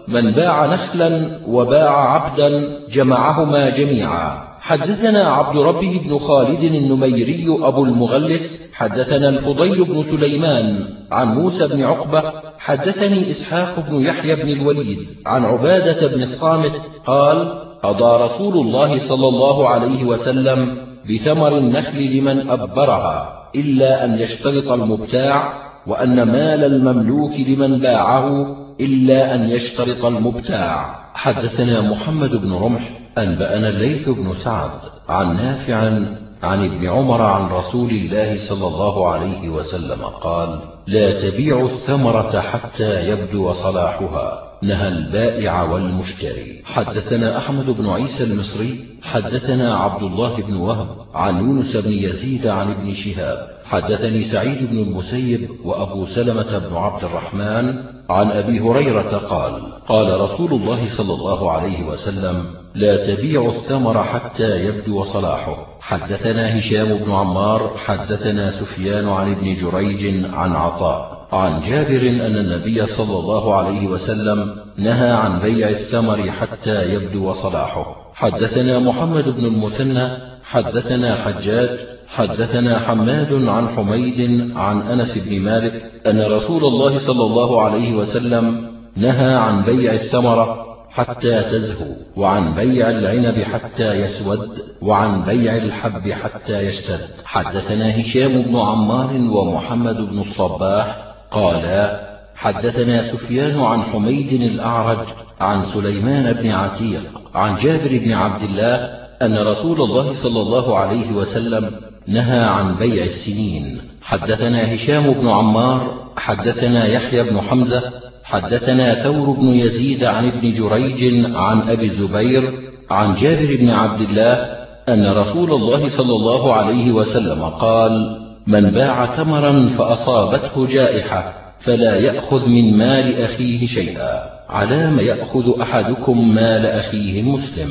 من باع نخلا وباع عبدا جمعهما جميعا. حدثنا عبد ربه بن خالد النميري أبو المغلس حدثنا الفضيل بن سليمان عن موسى بن عقبة حدثني إسحاق بن يحيى بن الوليد عن عبادة بن الصامت قال: قضى رسول الله صلى الله عليه وسلم بثمر النخل لمن أبرها إلا أن يشترط المبتاع، وأن مال المملوك لمن باعه إلا أن يشترط المبتاع. حدثنا محمد بن رمح أنبأنا الليث بن سعد عن نافع عن ابن عمر عن رسول الله صلى الله عليه وسلم قال: لا تبيعوا الثمرة حتى يبدو صلاحها، نهى البائع والمشتري. حدثنا أحمد بن عيسى المصري حدثنا عبد الله بن وهب عن يونس بن يزيد عن ابن شهاب حدثني سعيد بن المسيب وأبو سلمة بن عبد الرحمن عن أبي هريرة قال: قال رسول الله صلى الله عليه وسلم: لا تبيع الثمر حتى يبدو صلاحه. حدثنا هشام بن عمار حدثنا سفيان عن ابن جريج عن عطاء عن جابر أن النبي صلى الله عليه وسلم نهى عن بيع الثمر حتى يبدو صلاحه. حدثنا محمد بن المثنى حدثنا حجاج حدثنا حماد عن حميد عن أنس بن مالك أن رسول الله صلى الله عليه وسلم نهى عن بيع الثمرة حتى تزهو، وعن بيع العنب حتى يسود، وعن بيع الحب حتى يشتد. حدثنا هشام بن عمار ومحمد بن الصباح قالا: حدثنا سفيان عن حميد الأعرج عن سليمان بن عتيق عن جابر بن عبد الله أن رسول الله صلى الله عليه وسلم نهى عن بيع السنين. حدثنا هشام بن عمار حدثنا يحيى بن حمزة حدثنا ثور بن يزيد عن ابن جريج عن أبي الزبير عن جابر بن عبد الله أن رسول الله صلى الله عليه وسلم قال: من باع ثمرا فأصابته جائحة فلا يأخذ من مال أخيه شيئا، على ما يأخذ أحدكم مال أخيه المسلم.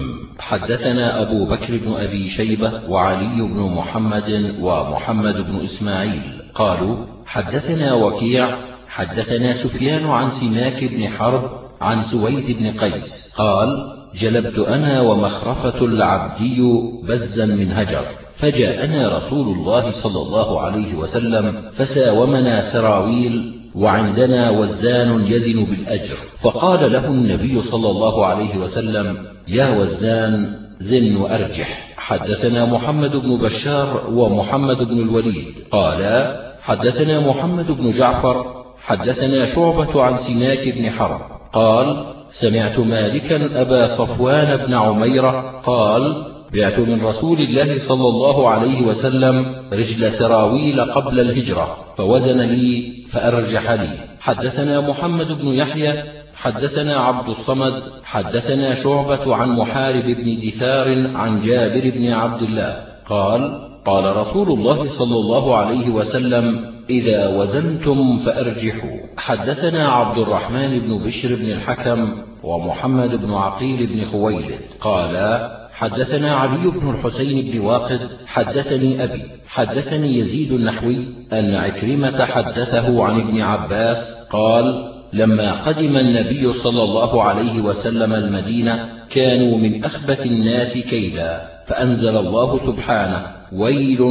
حدثنا أبو بكر بن أبي شيبة وعلي بن محمد ومحمد بن إسماعيل قالوا: حدثنا وكيع حدثنا سفيان عن سماك بن حرب عن سويد بن قيس قال: جلبت أنا ومخرفة العبدي بزا من هجر، فجاءنا رسول الله صلى الله عليه وسلم فساومنا سراويل، وعندنا وزان يزن بالأجر، فقال له النبي صلى الله عليه وسلم: يا وزان زن وأرجح. حدثنا محمد بن بشار ومحمد بن الوليد قالا: حدثنا محمد بن جعفر حدثنا شعبة عن سماك بن حرب قال: سمعت مالكا أبا صفوان بن عميرة قال: بعت من رسول الله صلى الله عليه وسلم رجل سراويل قبل الهجرة، فوزن لي فأرجح لي. حدثنا محمد بن يحيى حدثنا عبد الصمد حدثنا شعبة عن محارب بن دثار عن جابر بن عبد الله قال: قال رسول الله صلى الله عليه وسلم: إذا وزنتم فأرجحوا. حدثنا عبد الرحمن بن بشر بن الحكم ومحمد بن عقيل بن خويلد قالا: حدثنا علي بن الحسين بن واقد حدثني أبي حدثني يزيد النحوي أن عكرمة حدثه عن ابن عباس قال: لما قدم النبي صلى الله عليه وسلم المدينة كانوا من أخبث الناس كيلا، فأنزل الله سبحانه: ويل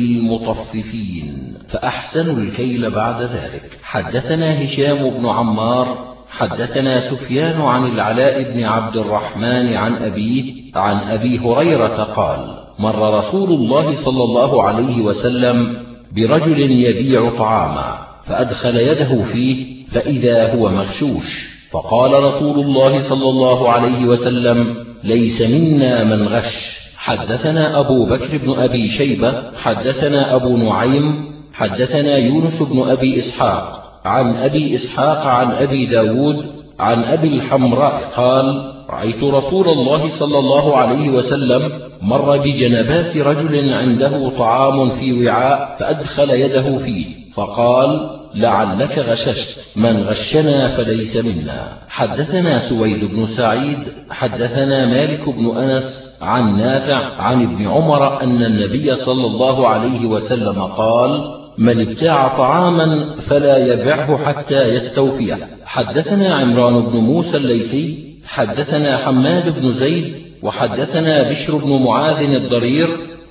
للمطففين، فأحسنوا الكيل بعد ذلك. حدثنا هشام بن عمار حدثنا سفيان عن العلاء بن عبد الرحمن عن أبيه عن أبي هريرة قال: مر رسول الله صلى الله عليه وسلم برجل يبيع طعاما، فأدخل يده فيه فإذا هو مغشوش، فقال رسول الله صلى الله عليه وسلم: ليس منا من غش. حدثنا أبو بكر بن أبي شيبة حدثنا أبو نعيم حدثنا يونس بن أبي إسحاق عن أبي إسحاق عن أبي داود عن أبي الحمراء قال: رأيت رسول الله صلى الله عليه وسلم مر بجنبات رجل عنده طعام في وعاء، فأدخل يده فيه فقال: لعلك غششت، من غشنا فليس منا. حدثنا سويد بن سعيد حدثنا مالك بن أنس عن نافع عن ابن عمر أن النبي صلى الله عليه وسلم قال: من ابتاع طعاما فلا يبعه حتى يستوفيه. حدثنا عمران بن موسى الليثي حدثنا حماد بن زيد وحدثنا بشر بن معاذ الضرير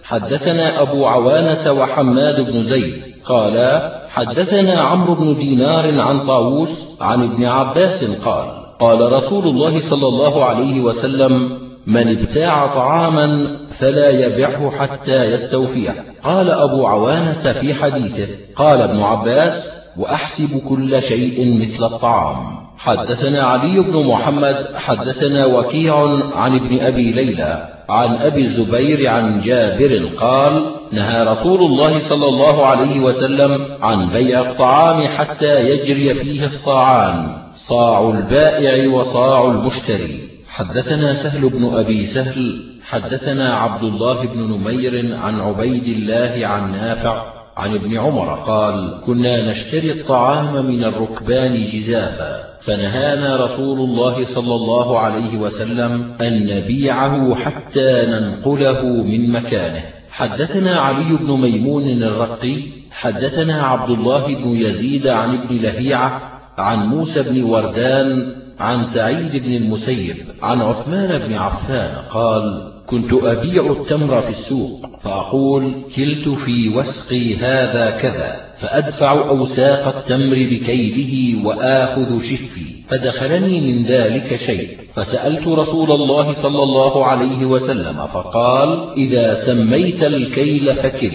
حدثنا أبو عوانة وحماد بن زيد قالا حدثنا عمرو بن دينار عن طاووس عن ابن عباس قال قال رسول الله صلى الله عليه وسلم من ابتاع طعاما فلا يبعه حتى يستوفيه. قال أبو عوانة في حديثه قال ابن عباس وأحسب كل شيء مثل الطعام. حدثنا علي بن محمد حدثنا وكيع عن ابن أبي ليلى عن أبي الزبير عن جابر قال نهى رسول الله صلى الله عليه وسلم عن بيع الطعام حتى يجري فيه الصاعان، صاع البائع وصاع المشتري. حدثنا سهل بن أبي سهل حدثنا عبد الله بن نمير عن عبيد الله عن نافع عن ابن عمر قال كنا نشتري الطعام من الركبان جزافا، فنهانا رسول الله صلى الله عليه وسلم أن نبيعه حتى ننقله من مكانه. حدثنا علي بن ميمون الرقي حدثنا عبد الله بن يزيد عن ابن لهيعة عن موسى بن وردان عن سعيد بن المسيب عن عثمان بن عفان قال كنت أبيع التمر في السوق فأقول كلت في وسقي هذا كذا، فأدفع أوساق التمر بكيله وآخذ شفي، فدخلني من ذلك شيء، فسألت رسول الله صلى الله عليه وسلم فقال إذا سميت الكيل فكل.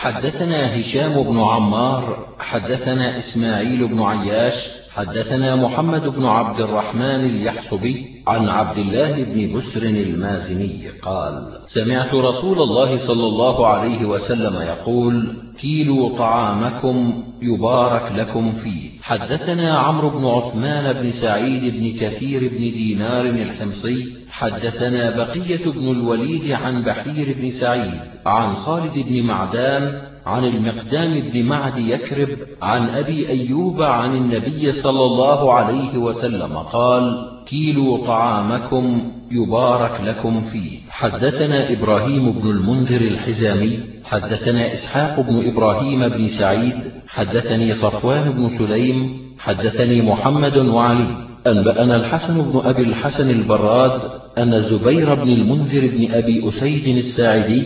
حدثنا هشام بن عمار حدثنا إسماعيل بن عياش حدثنا محمد بن عبد الرحمن اليحصبي عن عبد الله بن بسر المازني قال سمعت رسول الله صلى الله عليه وسلم يقول كيلوا طعامكم يبارك لكم فيه. حدثنا عمرو بن عثمان بن سعيد بن كثير بن دينار الحمصي حدثنا بقية بن الوليد عن بحير بن سعيد عن خالد بن معدان عن المقدام بن معد يكرب عن أبي أيوب عن النبي صلى الله عليه وسلم قال كيلوا طعامكم يبارك لكم فيه. حدثنا إبراهيم بن المنذر الحزامي حدثنا إسحاق بن إبراهيم بن سعيد حدثني صفوان بن سليم حدثني محمد وعلي أنبأنا الحسن بن أبي الحسن البراد أن زبير بن المنذر بن أبي أسيد الساعدي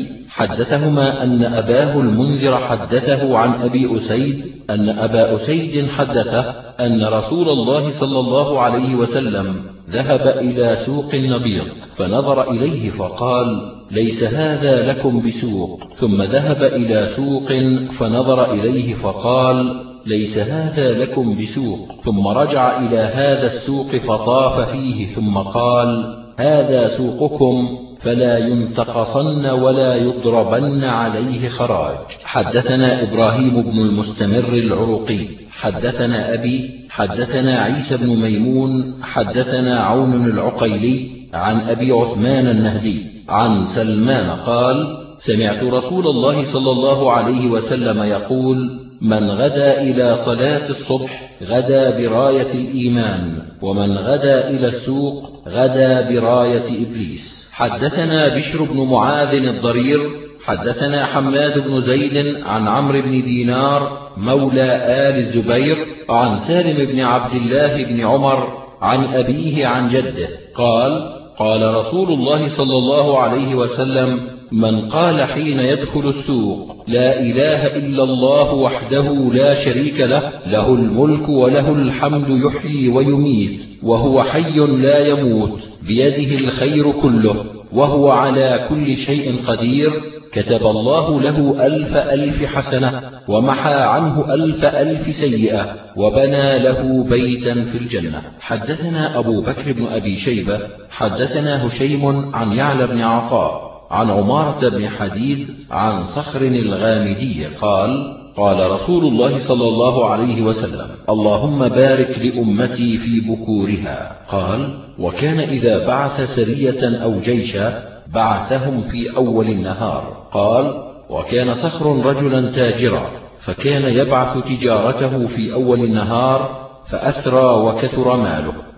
حدثهما أن أباه المنذر حدثه عن أبي أسيد أن أبا أسيد حدثه أن رسول الله صلى الله عليه وسلم ذهب إلى سوق النبيض فنظر إليه فقال ليس هذا لكم بسوق، ثم ذهب إلى سوق فنظر إليه فقال ليس هذا لكم بسوق، ثم رجع إلى هذا السوق فطاف فيه ثم قال هذا سوقكم فلا ينتقصن ولا يضربن عليه خراج. حدثنا إبراهيم بن المستمر العرقي حدثنا أبي حدثنا عيسى بن ميمون حدثنا عون العقيلي عن أبي عثمان النهدي عن سلمان قال سمعت رسول الله صلى الله عليه وسلم يقول من غدا إلى صلاة الصبح غدا براية الإيمان، ومن غدا إلى السوق غدا براية إبليس. حدثنا بشر بن معاذ الضرير حدثنا حماد بن زيد عن عمرو بن دينار مولى آل الزبير عن سالم بن عبد الله بن عمر عن أبيه عن جده قال قال رسول الله صلى الله عليه وسلم من قال حين يدخل السوق لا إله إلا الله وحده لا شريك له له الملك وله الحمد يحيي ويميت وهو حي لا يموت بيده الخير كله وهو على كل شيء قدير كتب الله له 1000 حسنة ومحى عنه 1000 سيئة وبنى له بيتا في الجنة. حدثنا أبو بكر بن أبي شيبة حدثنا هشيم عن يعلى بن عطاء عن عمارة بن حديد عن صخر الغامدي قال قال رسول الله صلى الله عليه وسلم اللهم بارك لأمتي في بكورها. قال وكان إذا بعث سرية أو جيشا بعثهم في أول النهار. قال وكان صخر رجلا تاجرا فكان يبعث تجارته في أول النهار فأثرى وكثر ماله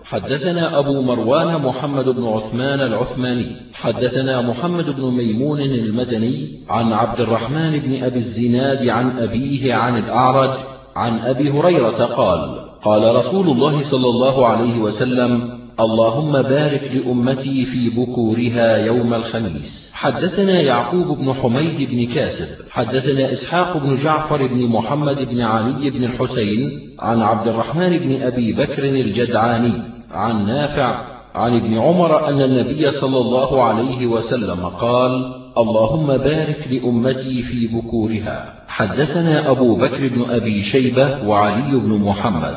حدثنا أبو مروان محمد بن عثمان العثماني حدثنا محمد بن ميمون المدني عن عبد الرحمن بن أبي الزناد عن أبيه عن الأعرج عن أبي هريرة قال قال رسول الله صلى الله عليه وسلم اللهم بارك لأمتي في بكورها يوم الخميس. حدثنا يعقوب بن حميد بن كاسب حدثنا إسحاق بن جعفر بن محمد بن علي بن الحسين عن عبد الرحمن بن أبي بكر الجدعاني عن نافع عن ابن عمر أن النبي صلى الله عليه وسلم قال اللهم بارك لأمتي في بكورها. حدثنا أبو بكر بن أبي شيبة وعلي بن محمد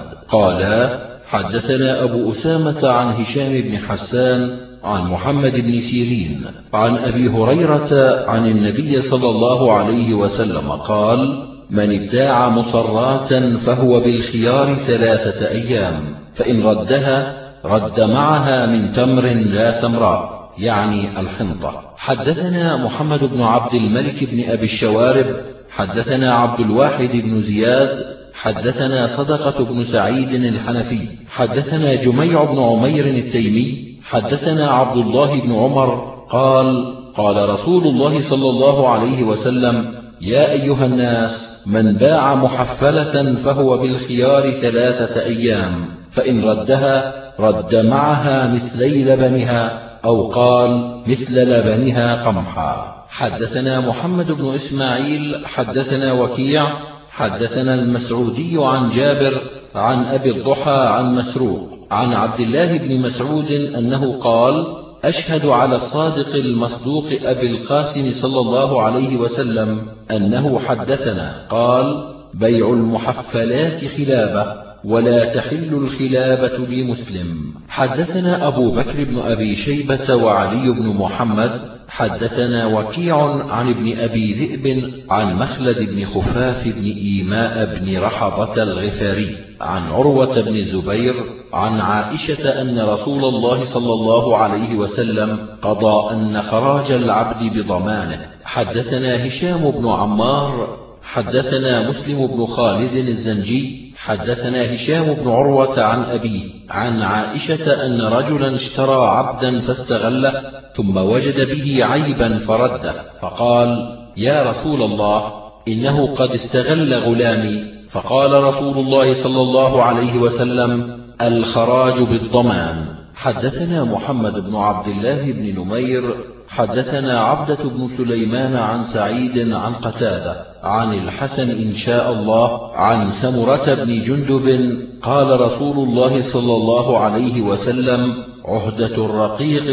قالا حدثنا أبو أسامة عن هشام بن حسان عن محمد بن سيرين عن أبي هريرة عن النبي صلى الله عليه وسلم قال من ابتاع مصرات فهو بالخيار 3 أيام فإن ردها رد معها من تمر لا سمراء يعني الحنطة. حدثنا محمد بن عبد الملك بن أبي الشوارب حدثنا عبد الواحد بن زياد حدثنا صدقة بن سعيد الحنفي حدثنا جميع بن عمير التيمي حدثنا عبد الله بن عمر قال قال رسول الله صلى الله عليه وسلم يا أيها الناس من باع محفلة فهو بالخيار 3 أيام فإن ردها رد معها مثلي لبنها أو قال مثل لبنها قمحا. حدثنا محمد بن إسماعيل حدثنا وكيع حدثنا المسعودي عن جابر عن أبي الضحى عن مسروق عن عبد الله بن مسعود أنه قال أشهد على الصادق المصدوق أبي القاسم صلى الله عليه وسلم أنه حدثنا قال بيع المحفلات خلابة ولا تحل الخلابة لمسلم. حدثنا أبو بكر بن أبي شيبة وعلي بن محمد حدثنا وكيع عن ابن أبي ذئب عن مخلد بن خفاف بن إيماء بن رحضة الغفاري عن عروة بن الزبير عن عائشة أن رسول الله صلى الله عليه وسلم قضى أن خراج العبد بضمانه. حدثنا هشام بن عمار حدثنا مسلم بن خالد الزنجي حدثنا هشام بن عروة عن أبيه عن عائشة أن رجلا اشترى عبدا فاستغله ثم وجد به عيبا فرده فقال يا رسول الله إنه قد استغل غلامي. فقال رسول الله صلى الله عليه وسلم الخراج بالضمان. حدثنا محمد بن عبد الله بن نمير حدثنا عبدة بن سليمان عن سعيد عن قتادة عن الحسن إن شاء الله عن سمرة بن جندب قال رسول الله صلى الله عليه وسلم عهدة الرقيق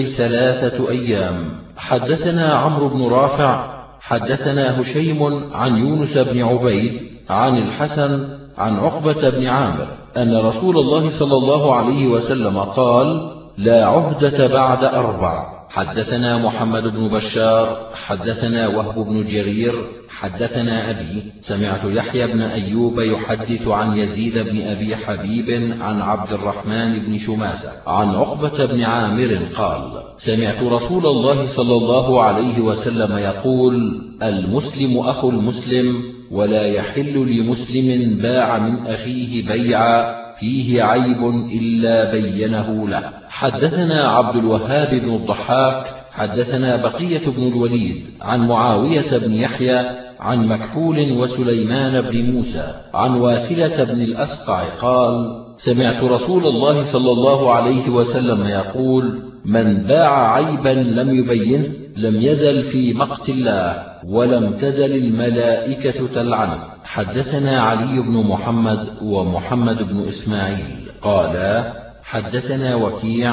3 أيام. حدثنا عمرو بن رافع حدثنا هشيم عن يونس بن عبيد عن الحسن عن عقبة بن عامر أن رسول الله صلى الله عليه وسلم قال لا عهدة بعد 4. حدثنا محمد بن بشار حدثنا وهب بن جرير حدثنا أبي سمعت يحيى بن أيوب يحدث عن يزيد بن أبي حبيب عن عبد الرحمن بن شماسة عن عقبة بن عامر قال سمعت رسول الله صلى الله عليه وسلم يقول المسلم أخو المسلم ولا يحل لمسلم باع من أخيه بيعا فيه عيب إلا بينه له. حدثنا عبد الوهاب بن الضحاك حدثنا بقية بن الوليد عن معاوية بن يحيى عن مكحول وسليمان بن موسى عن واثلة بن الأسقع قال سمعت رسول الله صلى الله عليه وسلم يقول من باع عيبا لم يبينه لم يزل في مقت الله ولم تزل الملائكة تلعنه. حدثنا علي بن محمد ومحمد بن إسماعيل قالا حدثنا وكيع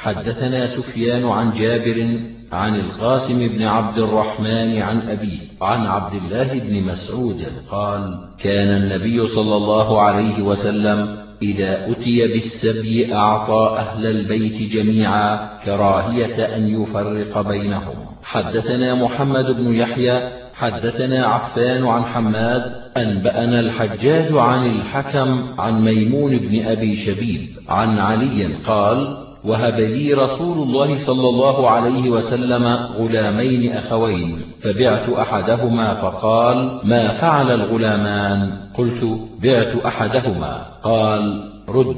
حدثنا سفيان عن جابر عن القاسم بن عبد الرحمن عن أبيه عن عبد الله بن مسعود قال كان النبي صلى الله عليه وسلم إذا أتي بالسبي أعطى أهل البيت جميعا كراهية أن يفرق بينهم. حدثنا محمد بن يحيى حدثنا عفان عن حماد أنبأنا الحجاج عن الحكم عن ميمون بن أبي شبيب عن علي قال وهب لي رسول الله صلى الله عليه وسلم غلامين أخوين فبعت أحدهما فقال ما فعل الغلامان؟ قلت بعت أحدهما قال رده.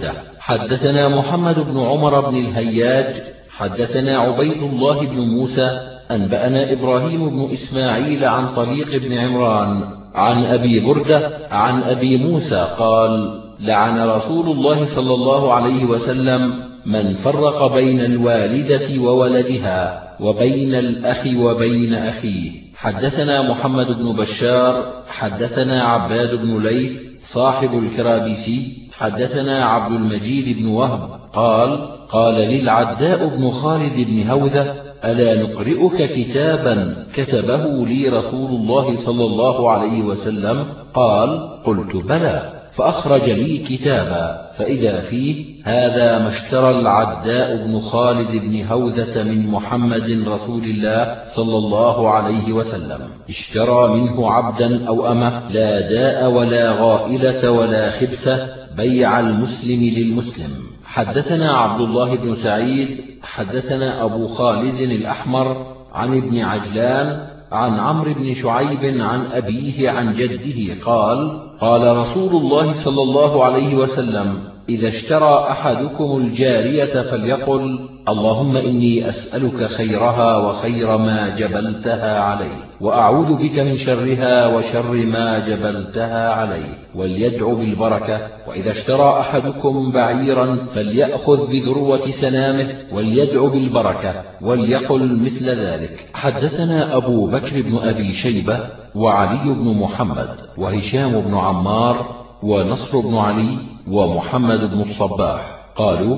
حدثنا محمد بن عمر بن الهياج حدثنا عبيد الله بن موسى أنبأنا إبراهيم بن إسماعيل عن طليق بن عمران عن أبي بردة عن أبي موسى قال: لعن رسول الله صلى الله عليه وسلم من فرق بين الوالدة وولدها وبين الأخ وبين أخيه. حدثنا محمد بن بشار حدثنا عباد بن ليث صاحب الكرابيسي حدثنا عبد المجيد بن وهب قال: قال للعداء بن خالد بن هوذة: ألا نقرئك كتابا كتبه لي رسول الله صلى الله عليه وسلم؟ قال: قلت بلى. فأخرج لي كتابا فإذا فيه: هذا ما اشترى العداء بن خالد بن هوذة من محمد رسول الله صلى الله عليه وسلم، اشترى منه عبدا أو أمة، لا داء ولا غائلة ولا خبثة، بيع المسلم للمسلم. حدثنا عبد الله بن سعيد حدثنا أبو خالد الأحمر عن ابن عجلان عن عمرو بن شعيب عن أبيه عن جده قال: قال رسول الله صلى الله عليه وسلم: إذا اشترى أحدكم الجارية فليقل: اللهم إني أسألك خيرها وخير ما جبلتها عليه، وأعوذ بك من شرها وشر ما جبلتها عليه، وليدعو بالبركة. وإذا اشترى أحدكم بعيرا فليأخذ بذروة سنامه وليدعو بالبركة، وليقل مثل ذلك. حدثنا أبو بكر بن أبي شيبة وعلي بن محمد وهشام بن عمار ونصر بن علي ومحمد بن الصباح قالوا: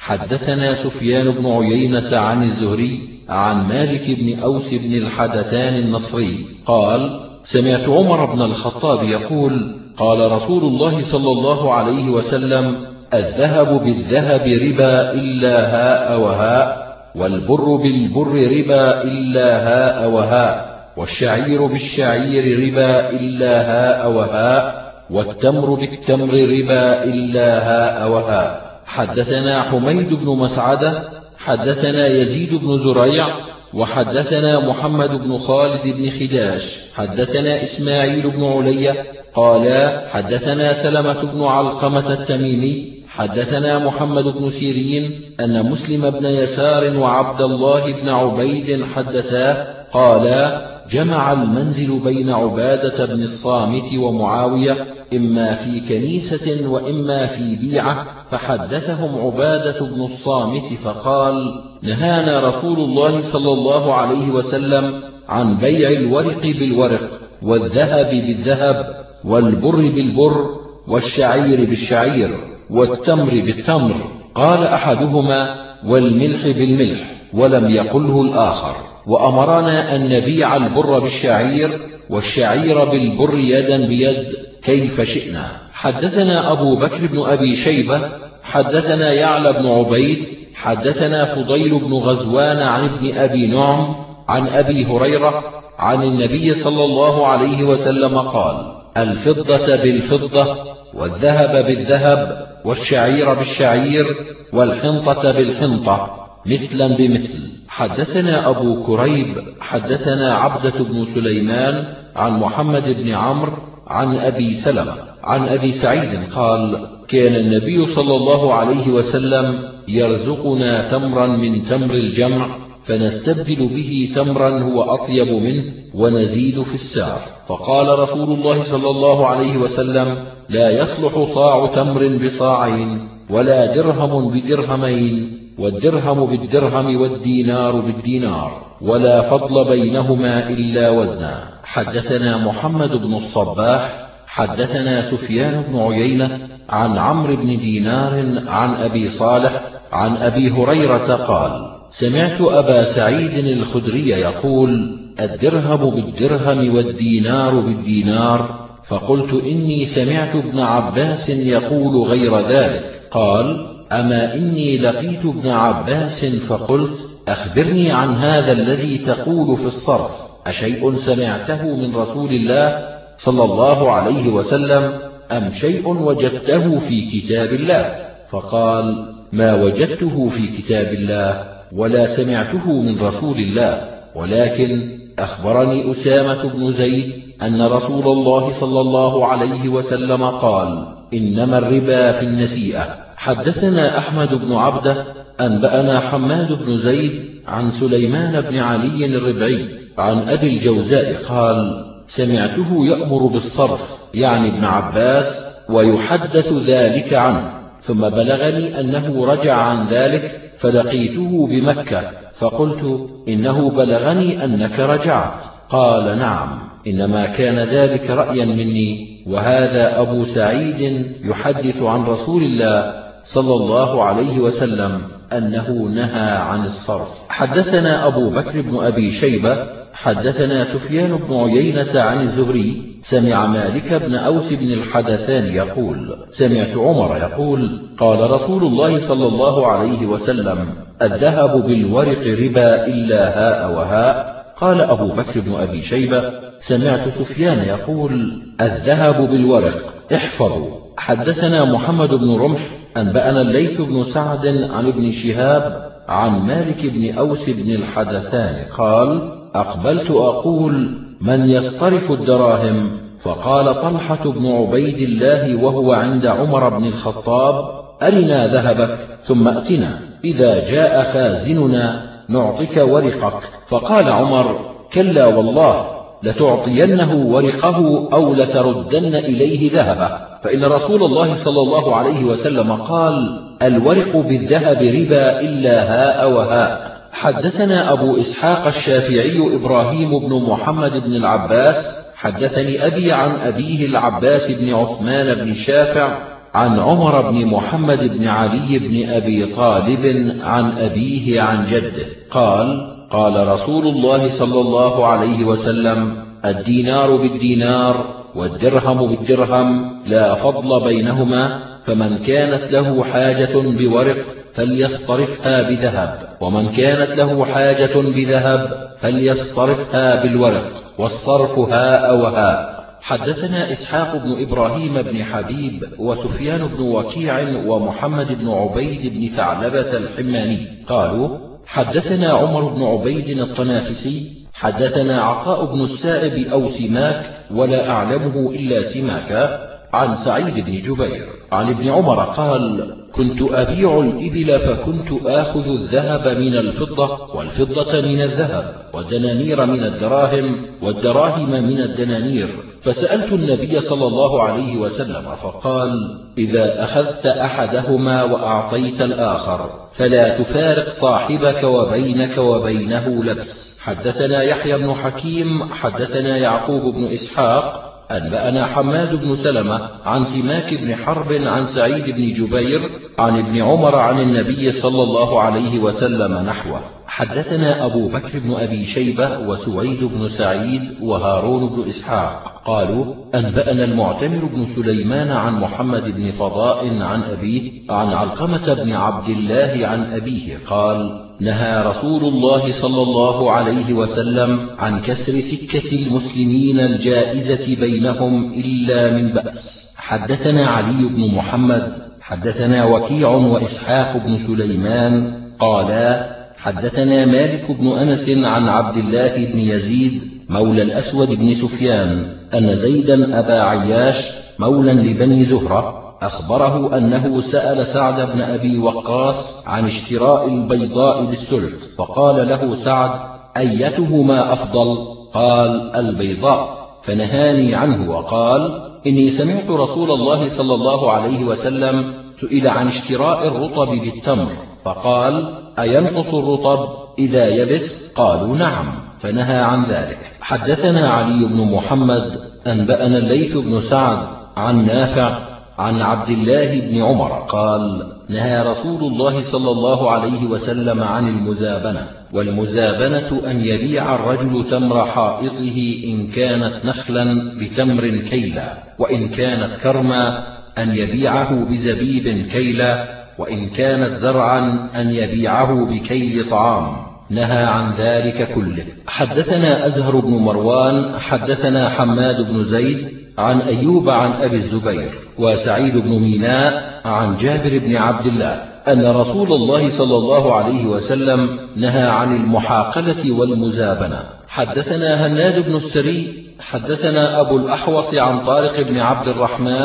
حدثنا سفيان بن عيينة عن الزهري عن مالك بن أوس بن الحدثان النصري قال: سمعت عمر بن الخطاب يقول: قال رسول الله صلى الله عليه وسلم: الذهب بالذهب ربا إلا هاء وهاء، والبر بالبر ربا إلا هاء وهاء، والشعير بالشعير ربا إلا هاء وهاء، والتمر بالتمر ربا إلا هاء وهاء. حدثنا حميد بن مسعدة حدثنا يزيد بن زريع وحدثنا محمد بن خالد بن خداش حدثنا إسماعيل بن علية قالا: حدثنا سلمة بن علقمة التميمي حدثنا محمد بن سيرين أن مسلم بن يسار وعبد الله بن عبيد حدثاه قالا: جمع المنزل بين عبادة بن الصامت ومعاوية إما في كنيسة وإما في بيعة، فحدثهم عبادة بن الصامت فقال: نهانا رسول الله صلى الله عليه وسلم عن بيع الورق بالورق، والذهب بالذهب، والبر بالبر، والشعير بالشعير، والتمر بالتمر. قال أحدهما: والملح بالملح، ولم يقله الآخر. وأمرنا أن نبيع البر بالشعير والشعير بالبر يدا بيد كيف شئنا. حدثنا أبو بكر بن أبي شيبة حدثنا يعلى بن عبيد حدثنا فضيل بن غزوان عن ابن أبي نعم عن أبي هريرة عن النبي صلى الله عليه وسلم قال: الفضة بالفضة، والذهب بالذهب، والشعير بالشعير، والحنطة بالحنطة، مثلا بمثل. حدثنا أبو كريب حدثنا عبدة بن سليمان عن محمد بن عمرو عن أبي سلمة عن أبي سعيد قال: كان النبي صلى الله عليه وسلم يرزقنا تمرا من تمر الجمع، فنستبدل به تمرا هو أطيب منه ونزيد في السعر. فقال رسول الله صلى الله عليه وسلم: لا يصلح صاع تمر بصاعين، ولا درهم بدرهمين، والدرهم بالدرهم والدينار بالدينار، ولا فضل بينهما إلا وزنا. حدثنا محمد بن الصباح حدثنا سفيان بن عيينة عن عمرو بن دينار عن أبي صالح عن أبي هريرة قال: سمعت أبا سعيد الخدري يقول: الدرهم بالدرهم والدينار بالدينار. فقلت: إني سمعت ابن عباس يقول غير ذلك. قال: أما إني لقيت ابن عباس فقلت: أخبرني عن هذا الذي تقول في الصرف، أشيء سمعته من رسول الله صلى الله عليه وسلم أم شيء وجدته في كتاب الله؟ فقال: ما وجدته في كتاب الله ولا سمعته من رسول الله، ولكن أخبرني أسامة بن زيد أن رسول الله صلى الله عليه وسلم قال: إنما الربا في النسيئة. حدثنا أحمد بن عبده أنبأنا حماد بن زيد عن سليمان بن علي الربعي عن أبي الجوزاء قال: سمعته يأمر بالصرف يعني ابن عباس ويحدث ذلك عنه، ثم بلغني أنه رجع عن ذلك فلقيته بمكة فقلت: إنه بلغني أنك رجعت. قال: نعم، إنما كان ذلك رأيا مني، وهذا أبو سعيد يحدث عن رسول الله صلى الله عليه وسلم أنه نهى عن الصرف. حدثنا أبو بكر بن أبي شيبة حدثنا سفيان بن عيينة عن الزهري سمع مالك بن أوس بن الحدثان يقول: سمعت عمر يقول: قال رسول الله صلى الله عليه وسلم: الذهب بالورق ربا إلا هاء وهاء. قال أبو بكر بن أبي شيبة: سمعت سفيان يقول: الذهب بالورق، احفظوا. حدثنا محمد بن رمح أنبأنا الليث بن سعد عن ابن شهاب عن مالك بن أوس بن الحدثان قال: أقبلت أقول: من يصطرف الدراهم؟ فقال طلحة بن عبيد الله وهو عند عمر بن الخطاب: أرنا ذهبك ثم أتنا، إذا جاء خازننا نعطيك ورقك. فقال عمر: كلا والله، لتعطينه ورقه أو لتردن إليه ذهبه، فإن رسول الله صلى الله عليه وسلم قال: الورق بالذهب ربا إلا هاء وهاء. حدثنا أبو إسحاق الشافعي إبراهيم بن محمد بن العباس حدثني أبي عن أبيه العباس بن عثمان بن شافع عن عمر بن محمد بن علي بن أبي طالب عن أبيه عن جده قال: قال رسول الله صلى الله عليه وسلم: الدينار بالدينار والدرهم بالدرهم لا فضل بينهما، فمن كانت له حاجة بورق فليصطرفها بذهب، ومن كانت له حاجة بذهب فليصطرفها بالورق، والصرف هاء وهاء. حدثنا إسحاق بن إبراهيم بن حبيب وسفيان بن وكيع ومحمد بن عبيد بن ثعلبة الحماني قالوا: حدثنا عمر بن عبيد الطنافسي حدثنا عطاء بن السائب أو سماك ولا أعلمه إلا سماكا عن سعيد بن جبير عن ابن عمر قال: كنت أبيع الإبل فكنت آخذ الذهب من الفضة والفضة من الذهب والدنانير من الدراهم والدراهم من الدنانير، فسألت النبي صلى الله عليه وسلم فقال: إذا أخذت أحدهما وأعطيت الآخر فلا تفارق صاحبك وبينك وبينه لبس. حدثنا يحيى بن حكيم حدثنا يعقوب بن إسحاق أنبأنا حماد بن سلمة عن سماك بن حرب عن سعيد بن جبير عن ابن عمر عن النبي صلى الله عليه وسلم نحوه. حدثنا أبو بكر بن أبي شيبة وسويد بن سعيد وهارون بن إسحاق قالوا: أنبأنا المعتمر بن سليمان عن محمد بن فضاء عن أبيه عن علقمة بن عبد الله عن أبيه قال: نهى رسول الله صلى الله عليه وسلم عن كسر سكة المسلمين الجائزة بينهم إلا من بأس. حدثنا علي بن محمد حدثنا وكيع وإسحاق بن سليمان قالا: حدثنا مالك بن أنس عن عبد الله بن يزيد مولى الأسود بن سفيان أن زيدا أبا عياش مولى لبني زهرة أخبره أنه سأل سعد بن أبي وقاص عن اشتراء البيضاء بالسلط، فقال له سعد: أيتهما أفضل؟ قال: البيضاء، فنهاني عنه وقال: إني سمعت رسول الله صلى الله عليه وسلم سئل عن اشتراء الرطب بالتمر فقال: أينقص الرطب إذا يبس؟ قالوا: نعم، فنهى عن ذلك. حدثنا علي بن محمد أنبأنا الليث بن سعد عن نافع عن عبد الله بن عمر قال: نهى رسول الله صلى الله عليه وسلم عن المزابنة، والمزابنة أن يبيع الرجل تمر حائطه إن كانت نخلا بتمر كيلا، وإن كانت كرما أن يبيعه بزبيب كيلا، وإن كانت زرعا أن يبيعه بكيل طعام. نهى عن ذلك كله. حدثنا أزهر بن مروان حدثنا حماد بن زيد عن أيوب عن أبي الزبير وسعيد بن ميناء عن جابر بن عبد الله أن رسول الله صلى الله عليه وسلم نهى عن المحاقلة والمزابنة. حدثنا هناد بن السري حدثنا أبو الأحوص عن طارق بن عبد الرحمن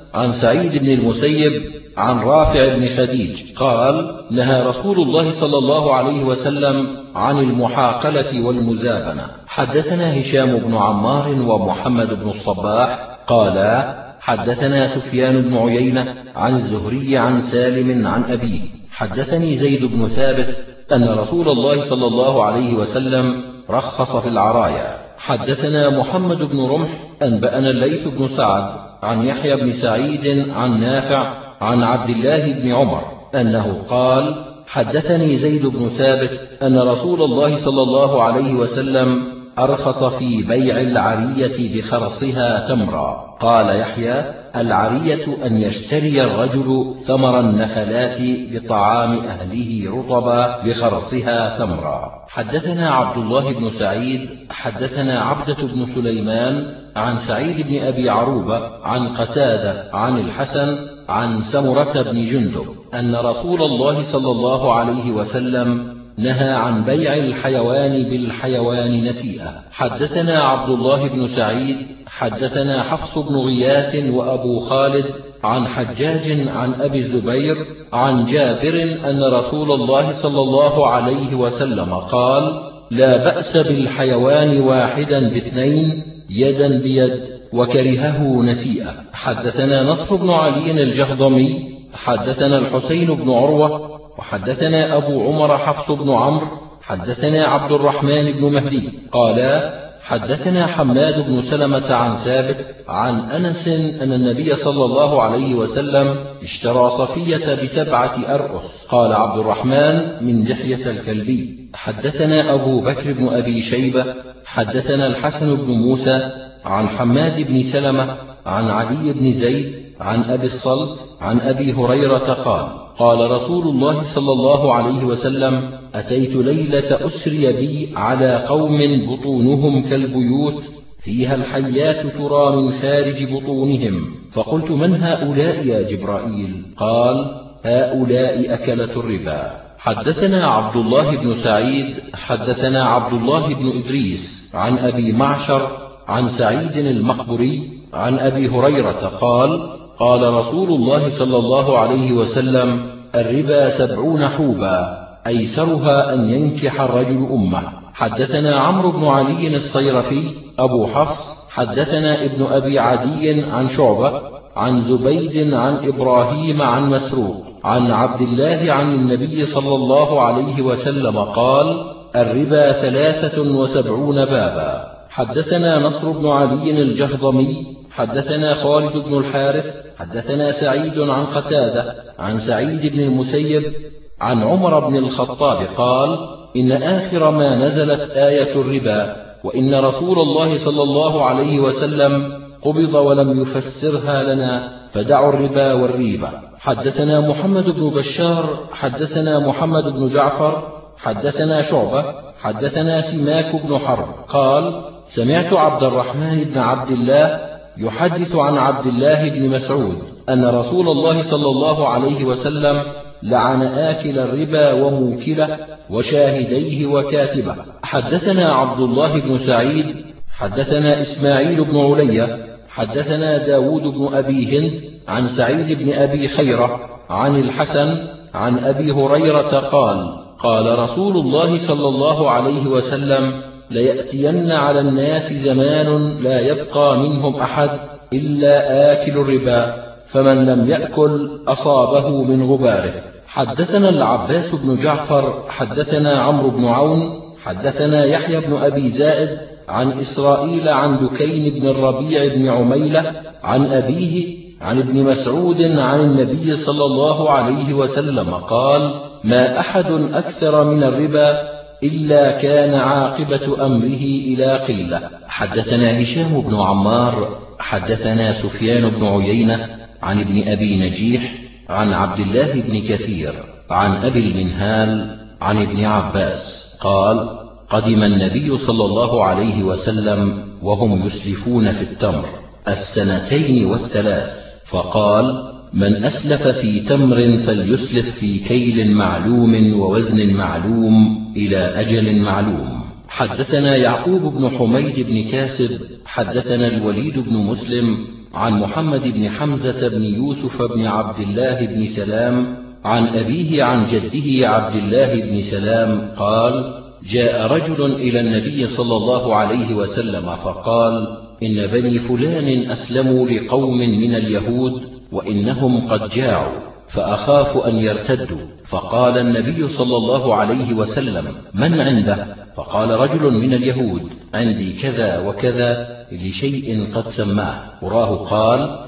عن سعيد بن المسيب عن رافع بن خديج قال: نهى رسول الله صلى الله عليه وسلم عن المحاقلة والمزابنة. حدثنا هشام بن عمار ومحمد بن الصباح قالا: حدثنا سفيان بن عيينة عن الزهري عن سالم عن أبيه حدثني زيد بن ثابت أن رسول الله صلى الله عليه وسلم رخص في العرايا. حدثنا محمد بن رمح أنبأنا الليث بن سعد عن يحيى بن سعيد عن نافع عن عبد الله بن عمر أنه قال: حدثني زيد بن ثابت أن رسول الله صلى الله عليه وسلم أرخص في بيع العرية بخرصها تمرا. قال يحيى: العرية أن يشتري الرجل ثمر النخلات بطعام أهله رطبا بخرصها تمرا. حدثنا عبد الله بن سعيد حدثنا عبدة بن سليمان عن سعيد بن أبي عروبة عن قتادة عن الحسن عن سمرة بن جندب أن رسول الله صلى الله عليه وسلم نهى عن بيع الحيوان بالحيوان نسيئة. حدثنا عبد الله بن سعيد حدثنا حفص بن غياث وأبو خالد عن حجاج عن أبي الزبير عن جابر أن رسول الله صلى الله عليه وسلم قال: لا بأس بالحيوان واحدا باثنين يدا بيد، وكرهه نسيئة. حدثنا نصر بن علي الجهضمي حدثنا الحسين بن عروة وحدثنا أبو عمر حفص بن عمرو حدثنا عبد الرحمن بن مهدي قالا: حدثنا حماد بن سلمة عن ثابت عن أنس أن النبي صلى الله عليه وسلم اشترى صفية ب7 أرؤس. قال عبد الرحمن: من دحية الكلبي. حدثنا أبو بكر بن أبي شيبة حدثنا الحسن بن موسى عن حماد بن سلمة عن علي بن زيد عن أبي الصلت عن أبي هريرة قال: قال رسول الله صلى الله عليه وسلم: أتيت ليلة أسري بي على قوم بطونهم كالبيوت فيها الحيات ترى من خارج بطونهم، فقلت: من هؤلاء يا جبرائيل؟ قال: هؤلاء أكلة الربا. حدثنا عبد الله بن سعيد حدثنا عبد الله بن إدريس عن أبي معشر عن سعيد المقبري عن أبي هريرة قال: قال رسول الله صلى الله عليه وسلم: الربا 70 حوبا أيسرها أن ينكح الرجل أمه. حدثنا عمرو بن علي الصيرفي أبو حفص حدثنا ابن أبي عدي عن شعبة عن زبيد عن إبراهيم عن مسروق عن عبد الله عن النبي صلى الله عليه وسلم قال: الربا 73 بابا. حدثنا نصر بن علي الجهضمي حدثنا خالد بن الحارث حدثنا سعيد عن قتادة عن سعيد بن المسيب عن عمر بن الخطاب قال: إن آخر ما نزلت آية الربا، وإن رسول الله صلى الله عليه وسلم قبض ولم يفسرها لنا، فدعوا الربا والريبة. حدثنا محمد بن بشار حدثنا محمد بن جعفر حدثنا شعبة حدثنا سماك بن حرب قال: سمعت عبد الرحمن بن عبد الله يحدث عن عبد الله بن مسعود أن رسول الله صلى الله عليه وسلم لعن آكل الربا وموكله وشاهديه وكاتبه. حدثنا عبد الله بن سعيد حدثنا إسماعيل بن علية حدثنا داود بن أبي هند عن سعيد بن أبي خيرة عن الحسن عن أبي هريرة قال: قال رسول الله صلى الله عليه وسلم: ليأتين على الناس زمان لا يبقى منهم أحد إلا آكل الربا، فمن لم يأكل أصابه من غباره. حدثنا العباس بن جعفر حدثنا عمرو بن عون حدثنا يحيى بن أبي زائد عن إسرائيل عن دكين بن الربيع بن عميلة عن أبيه عن ابن مسعود عن النبي صلى الله عليه وسلم قال: ما أحد أكثر من الربا إلا كان عاقبة أمره إلى قلة. حدثنا هشام بن عمار حدثنا سفيان بن عيينة عن ابن أبي نجيح عن عبد الله بن كثير عن أبي المنهال عن ابن عباس قال: قدم النبي صلى الله عليه وسلم وهم يسلفون في التمر 2 و3، فقال: من أسلف في تمر فليسلف في كيل معلوم ووزن معلوم إلى أجل معلوم. حدثنا يعقوب بن حميد بن كاسب حدثنا الوليد بن مسلم عن محمد بن حمزة بن يوسف بن عبد الله بن سلام عن أبيه عن جده عبد الله بن سلام قال: جاء رجل إلى النبي صلى الله عليه وسلم فقال: إن بني فلان أسلموا لقوم من اليهود وإنهم قد جاعوا، فأخاف أن يرتدوا. فقال النبي صلى الله عليه وسلم: من عنده؟ فقال رجل من اليهود: عندي كذا وكذا لشيء قد سماه. وراه قال: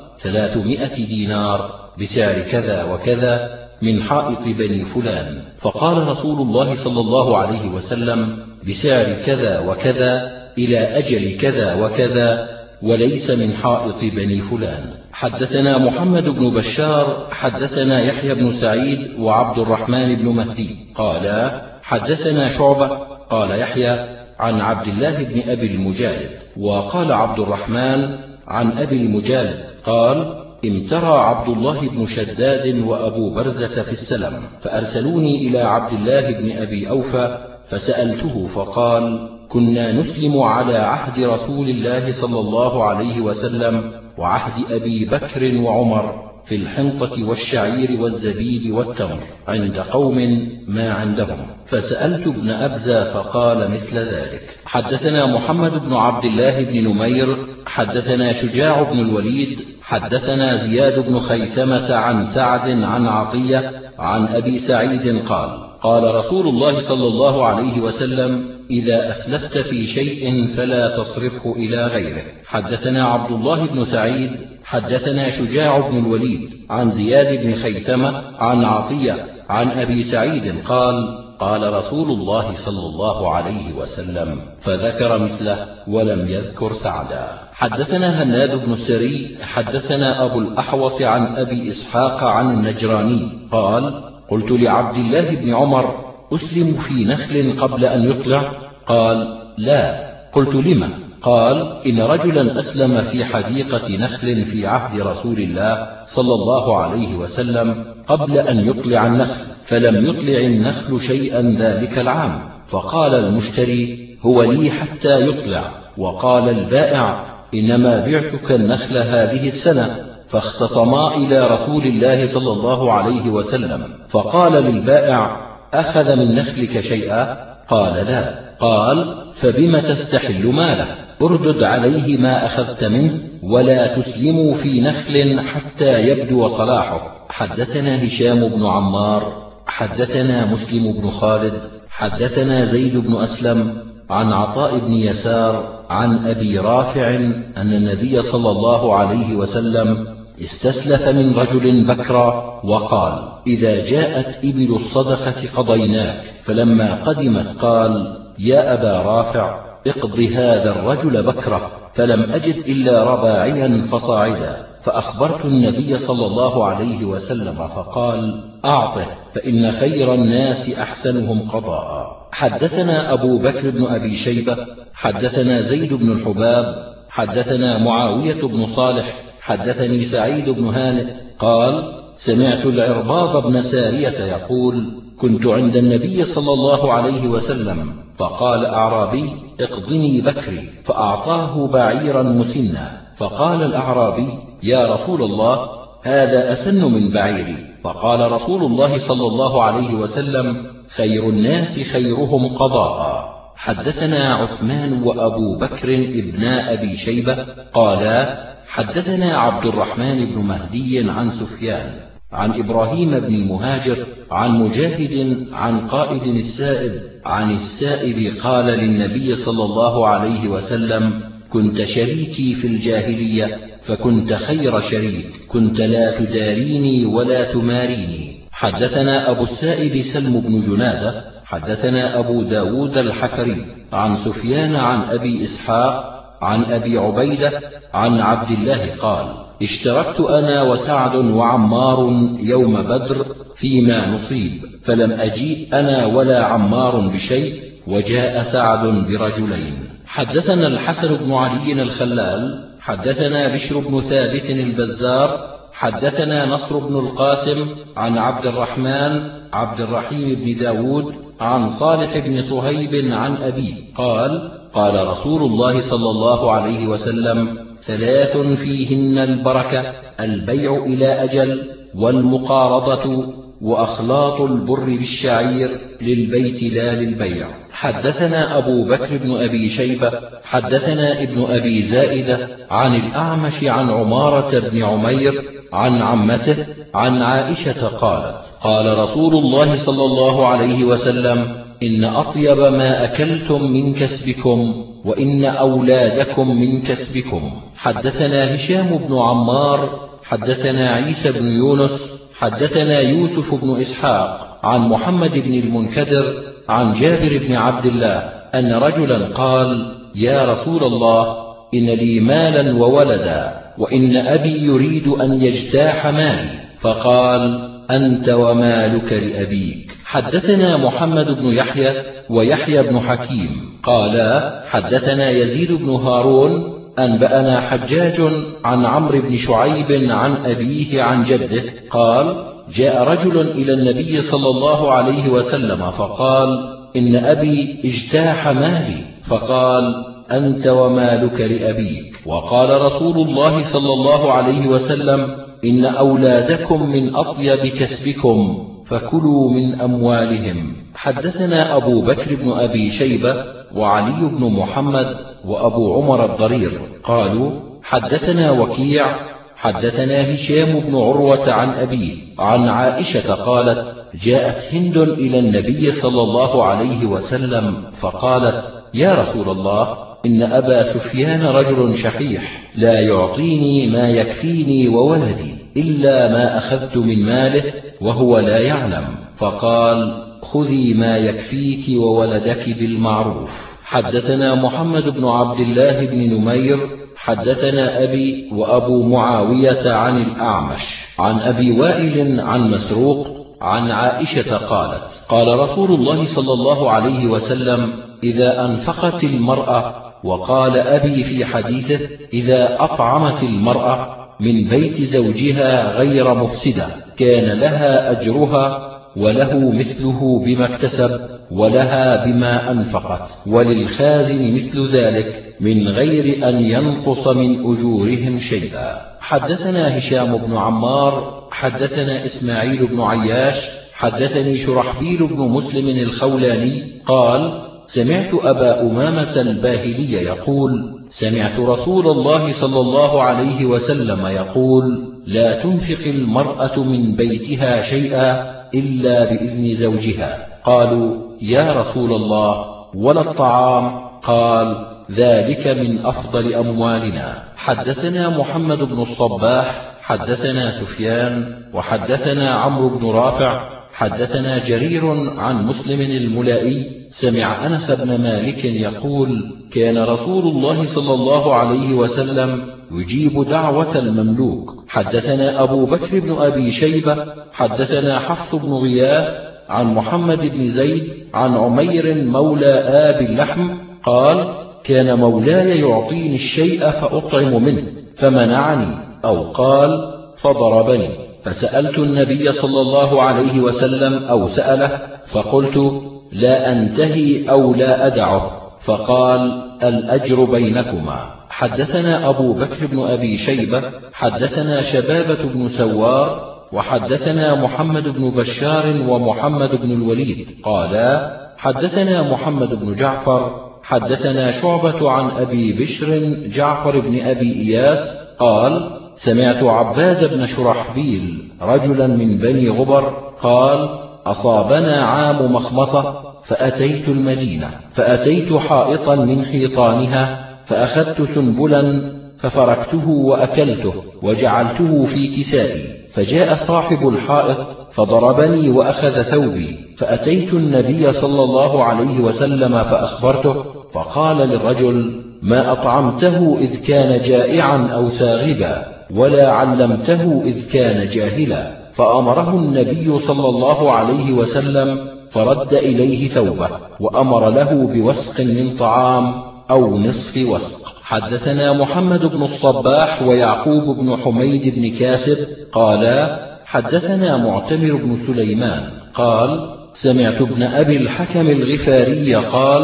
300 دينار بسعر كذا وكذا من حائط بني فلان. فقال رسول الله صلى الله عليه وسلم: بسعر كذا وكذا إلى أجل كذا وكذا، وليس من حائط بني فلان. حدثنا محمد بن بشار حدثنا يحيى بن سعيد وعبد الرحمن بن مهدي قال: حدثنا شعبة قال يحيى عن عبد الله بن أبي المجالد، وقال عبد الرحمن عن أبي المجالد قال: امترى عبد الله بن شداد وأبو برزة في السلم، فأرسلوني إلى عبد الله بن أبي أوفى فسألته فقال: كنا نسلم على عهد رسول الله صلى الله عليه وسلم وعهد أبي بكر وعمر في الحنطة والشعير والزبيب والتمر عند قوم ما عندهم، فسألت ابن أبزة فقال مثل ذلك. حدثنا محمد بن عبد الله بن نمير حدثنا شجاع بن الوليد حدثنا زياد بن خيثمة عن سعد عن عطية عن أبي سعيد قال: قال رسول الله صلى الله عليه وسلم: إذا أسلفت في شيء فلا تصرفه إلى غيره. حدثنا عبد الله بن سعيد حدثنا شجاع بن الوليد عن زياد بن خيثمة عن عطية عن أبي سعيد قال: قال رسول الله صلى الله عليه وسلم، فذكر مثله ولم يذكر سعدا. حدثنا هناد بن السري حدثنا أبو الأحوص عن أبي إسحاق عن النجراني قال: قلت لعبد الله بن عمر: أسلم في نخل قبل أن يطلع؟ قال: لا. قلت: لم؟ قال: إن رجلا أسلم في حديقة نخل في عهد رسول الله صلى الله عليه وسلم قبل أن يطلع النخل، فلم يطلع النخل شيئا ذلك العام، فقال المشتري: هو لي حتى يطلع، وقال البائع: إنما بعتك النخل هذه السنة، فاختصما إلى رسول الله صلى الله عليه وسلم، فقال للبائع: أخذ من نخلك شيئا؟ قال: لا. قال: فبم تستحل ماله؟ اردد عليه ما أخذت منه، ولا تسلموا في نخل حتى يبدو صلاحه. حدثنا هشام بن عمار حدثنا مسلم بن خالد حدثنا زيد بن أسلم عن عطاء بن يسار عن أبي رافع أن النبي صلى الله عليه وسلم استسلف من رجل بكرا وقال: إذا جاءت إبل الصدقة قضيناك. فلما قدمت قال: يا أبا رافع، اقض هذا الرجل بكره. فلم أجد إلا رباعيا فصاعدا، فأخبرت النبي صلى الله عليه وسلم فقال: أعطه، فإن خير الناس أحسنهم قضاء. حدثنا أبو بكر بن أبي شيبة حدثنا زيد بن الحباب حدثنا معاوية بن صالح حدثني سعيد بن هانئ قال: سمعت العرباض بن سارية يقول: كنت عند النبي صلى الله عليه وسلم، فقال أعرابي: اقضني بكري، فأعطاه بعيرا مسنا، فقال الأعرابي: يا رسول الله، هذا أسن من بعيري. فقال رسول الله صلى الله عليه وسلم: خير الناس خيرهم قضاء. حدثنا عثمان وأبو بكر ابنا أبي شيبة قالا: حدثنا عبد الرحمن بن مهدي عن سفيان عن إبراهيم بن مهاجر عن مجاهد عن قائد السائب عن السائب قال للنبي صلى الله عليه وسلم: كنت شريكي في الجاهلية، فكنت خير شريك، كنت لا تداريني ولا تماريني. حدثنا أبو السائب سلم بن جنادة حدثنا أبو داود الحفري عن سفيان عن أبي إسحاق عن أبي عبيدة عن عبد الله قال: اشتركت أنا وسعد وعمار يوم بدر فيما نصيب، فلم أجيء أنا ولا عمار بشيء، وجاء سعد برجلين. حدثنا الحسن بن علي الخلال حدثنا بشر بن ثابت البزار حدثنا نصر بن القاسم عن عبد الرحيم بن داود عن صالح بن صهيب عن أبيه قال: قال رسول الله صلى الله عليه وسلم: 3 فيهن البركة: البيع إلى أجل، والمقارضة، وأخلاط البر بالشعير، للبيت لا للبيع. حدثنا أبو بكر بن أبي شيبة حدثنا ابن أبي زائدة عن الأعمش عن عمارة بن عمير عن عمته عن عائشة قالت: قال رسول الله صلى الله عليه وسلم: إن أطيب ما أكلتم من كسبكم، وإن أولادكم من كسبكم. حدثنا هشام بن عمار حدثنا عيسى بن يونس حدثنا يوسف بن إسحاق عن محمد بن المنكدر عن جابر بن عبد الله أن رجلا قال: يا رسول الله، إن لي مالا وولدا، وإن أبي يريد أن يجتاح مالي. فقال: أنت ومالك لأبيك. حدثنا محمد بن يحيى ويحيى بن حكيم قالا: حدثنا يزيد بن هارون أنبأنا حجاج عن عمرو بن شعيب عن أبيه عن جده قال: جاء رجل إلى النبي صلى الله عليه وسلم فقال: إن أبي اجتاح مالي. فقال: أنت ومالك لأبيك. وقال رسول الله صلى الله عليه وسلم: إن أولادكم من أطيب كسبكم، فكلوا من أموالهم. حدثنا أبو بكر بن أبي شيبة وعلي بن محمد وأبو عمر الضرير قالوا: حدثنا وكيع حدثنا هشام بن عروة عن أبيه عن عائشة قالت: جاءت هند إلى النبي صلى الله عليه وسلم فقالت: يا رسول الله، إن أبا سفيان رجل شحيح، لا يعطيني ما يكفيني وولدي إلا ما أخذت من ماله وهو لا يعلم. فقال: خذي ما يكفيك وولدك بالمعروف. حدثنا محمد بن عبد الله بن نمير حدثنا أبي وأبو معاوية عن الأعمش عن أبي وائل عن مسروق عن عائشة قالت: قال رسول الله صلى الله عليه وسلم: إذا أنفقت المرأة، وقال أبي في حديثه: إذا أطعمت المرأة من بيت زوجها غير مفسدة، كان لها أجرها وله مثله بما اكتسب، ولها بما أنفقت، وللخازن مثل ذلك من غير أن ينقص من أجورهم شيئا. حدثنا هشام بن عمار حدثنا إسماعيل بن عياش حدثني شرحبيل بن مسلم الخولاني قال: سمعت أبا أمامة الباهلي يقول: سمعت رسول الله صلى الله عليه وسلم يقول: لا تنفق المرأة من بيتها شيئا إلا بإذن زوجها. قالوا: يا رسول الله، ولا الطعام؟ قال: ذلك من أفضل أموالنا. حدثنا محمد بن الصباح حدثنا سفيان وحدثنا عمرو بن رافع حدثنا جرير عن مسلم الملائي سمع أنس بن مالك يقول: كان رسول الله صلى الله عليه وسلم يجيب دعوة المملوك. حدثنا أبو بكر بن أبي شيبة حدثنا حفص بن غياث عن محمد بن زيد عن عمير مولى آب اللحم قال: كان مولاي يعطيني الشيء فأطعم منه فمنعني، أو قال: فضربني، فسألت النبي صلى الله عليه وسلم أو سأله، فقلت: لا أنتهي أو لا أدعه، فقال: الأجر بينكما. حدثنا أبو بكر بن أبي شيبة حدثنا شبابة بن سوار وحدثنا محمد بن بشار ومحمد بن الوليد قالا: حدثنا محمد بن جعفر حدثنا شعبة عن أبي بشر جعفر بن أبي إياس قال: سمعت عباد بن شرحبيل رجلا من بني غبر قال: أصابنا عام مخمصة، فأتيت المدينة، فأتيت حائطا من حيطانها، فأخذت سنبلا ففركته وأكلته وجعلته في كسائي، فجاء صاحب الحائط فضربني وأخذ ثوبي، فأتيت النبي صلى الله عليه وسلم فأخبرته، فقال للرجل: ما أطعمته إذ كان جائعا أو ساغبا، ولا علمته إذ كان جاهلا. فأمره النبي صلى الله عليه وسلم فرد إليه ثوبه، وأمر له بوسق من طعام أو نصف وسق. حدثنا محمد بن الصباح ويعقوب بن حميد بن كاسب قالا: حدثنا معتمر بن سليمان قال: سمعت ابن أبي الحكم الغفاري قال: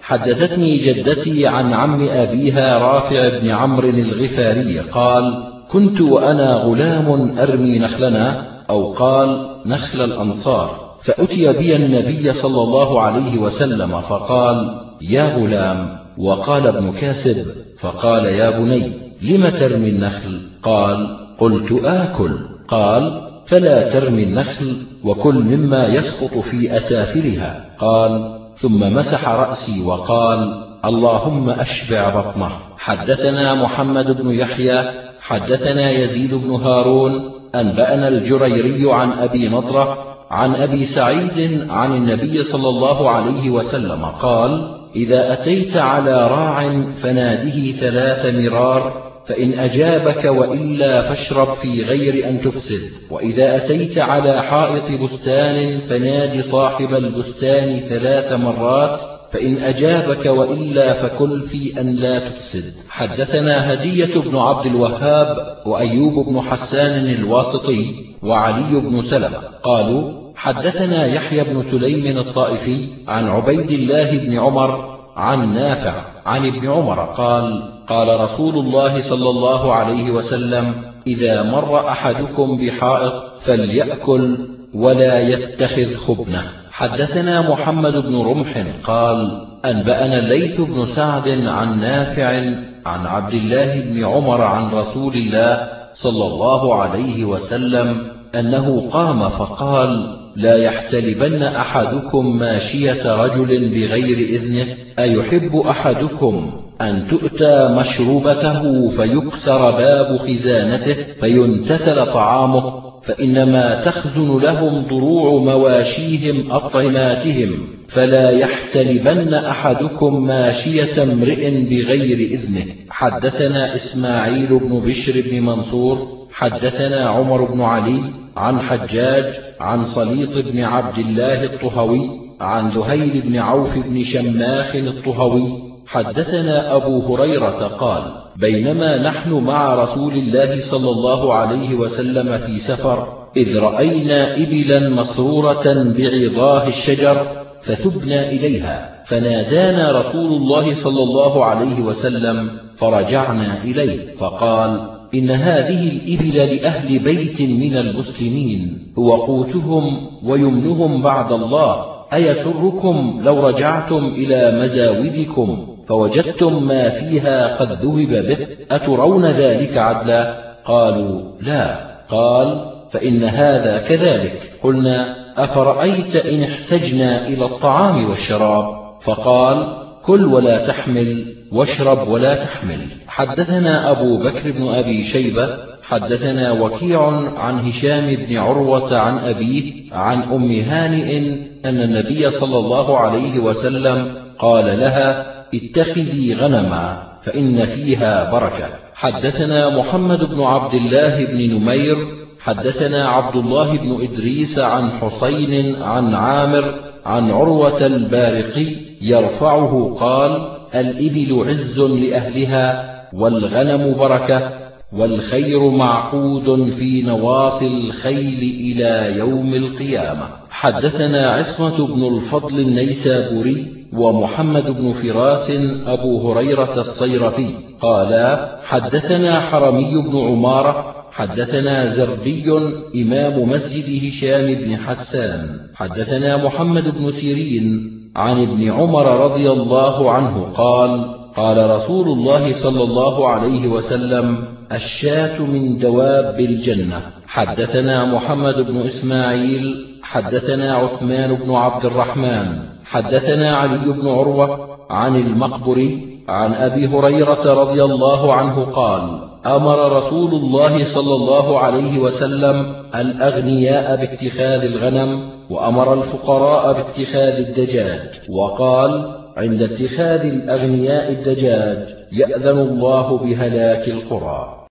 حدثتني جدتي عن عم أبيها رافع بن عمرو الغفاري قال: كنت وأنا غلام أرمي نخلنا، أو قال نخل الأنصار، فأتي بي النبي صلى الله عليه وسلم فقال: يا غلام. وقال ابن كاسب: فقال: يا بني لم ترمي النخل؟ قال: قلت آكل. قال: فلا ترمي النخل، وكل مما يسقط في أسافلها. قال: ثم مسح رأسي وقال: اللهم أشبع بطنه. حدثنا محمد بن يحيى حدثنا يزيد بن هارون أنبأنا الجريري عن أبي نضرة عن أبي سعيد عن النبي صلى الله عليه وسلم قال: إذا أتيت على راع فناده 3 مرار، فإن أجابك وإلا فاشرب في غير أن تفسد. وإذا أتيت على حائط بستان فناد صاحب البستان 3 مرات، فإن أجابك وإلا فكل في أن لا تفسد. حدثنا هدية بن عبد الوهاب وأيوب بن حسان الواسطي وعلي بن سلمة قالوا: حدثنا يحيى بن سليم الطائفي عن عبيد الله بن عمر عن نافع عن ابن عمر قال: قال رسول الله صلى الله عليه وسلم: إذا مر أحدكم بحائط فليأكل ولا يتخذ خبنه. حدثنا محمد بن رمح قال: أنبأنا الليث بن سعد عن نافع عن عبد الله بن عمر عن رسول الله صلى الله عليه وسلم أنه قام فقال: لا يحتلبن أحدكم ماشية رجل بغير إذنه. أيحب أحدكم أن تؤتى مشروبته فيكسر باب خزانته فينتثل طعامه، فإنما تخزن لهم ضروع مواشيهم أطعماتهم، فلا يحتلبن أحدكم ماشية امرئ بغير إذنه. حدثنا إسماعيل بن بشر بن منصور حدثنا عمر بن علي عن حجاج عن صليط بن عبد الله الطهوي عن ذهيل بن عوف بن شماخ الطهوي حدثنا أبو هريرة قال: بينما نحن مع رسول الله صلى الله عليه وسلم في سفر، إذ رأينا إبلا مسرورة بعظاه الشجر فثبنا إليها، فنادانا رسول الله صلى الله عليه وسلم فرجعنا إليه، فقال: إن هذه الإبل لأهل بيت من المسلمين، هو قوتهم ويمنهم بعد الله. أيسركم لو رجعتم إلى مزاودكم فوجدتم ما فيها قد ذهب به؟ أترون ذلك عدلا؟ قالوا: لا. قال: فإن هذا كذلك. قلنا: أفرأيت إن احتجنا إلى الطعام والشراب؟ فقال: كل ولا تحمل، واشرب ولا تحمل. حدثنا أبو بكر بن أبي شيبة حدثنا وكيع عن هشام بن عروة عن أبيه عن أم هانئ أن النبي صلى الله عليه وسلم قال لها: اتخذي غنما فإن فيها بركة. حدثنا محمد بن عبد الله بن نمير حدثنا عبد الله بن إدريس عن حسين عن عامر عن عروة البارقي يرفعه قال: الإبل عز لأهلها، والغنم بركة، والخير معقود في نواصي الخيل إلى يوم القيامة. حدثنا عصمة بن الفضل النيسابوري ومحمد بن فراس أبو هريرة الصيرفي قالا: حدثنا حرمي بن عمارة حدثنا زربي إمام مسجد هشام بن حسان حدثنا محمد بن سيرين عن ابن عمر رضي الله عنه قال: قال رسول الله صلى الله عليه وسلم: الشاة من دواب الجنة. حدثنا محمد بن إسماعيل حدثنا عثمان بن عبد الرحمن حدثنا علي بن عروة عن المقبري عن أبي هريرة رضي الله عنه قال: أمر رسول الله صلى الله عليه وسلم الأغنياء باتخاذ الغنم، وأمر الفقراء باتخاذ الدجاج، وقال: عند اتخاذ الأغنياء الدجاج يأذن الله بهلاك القرى.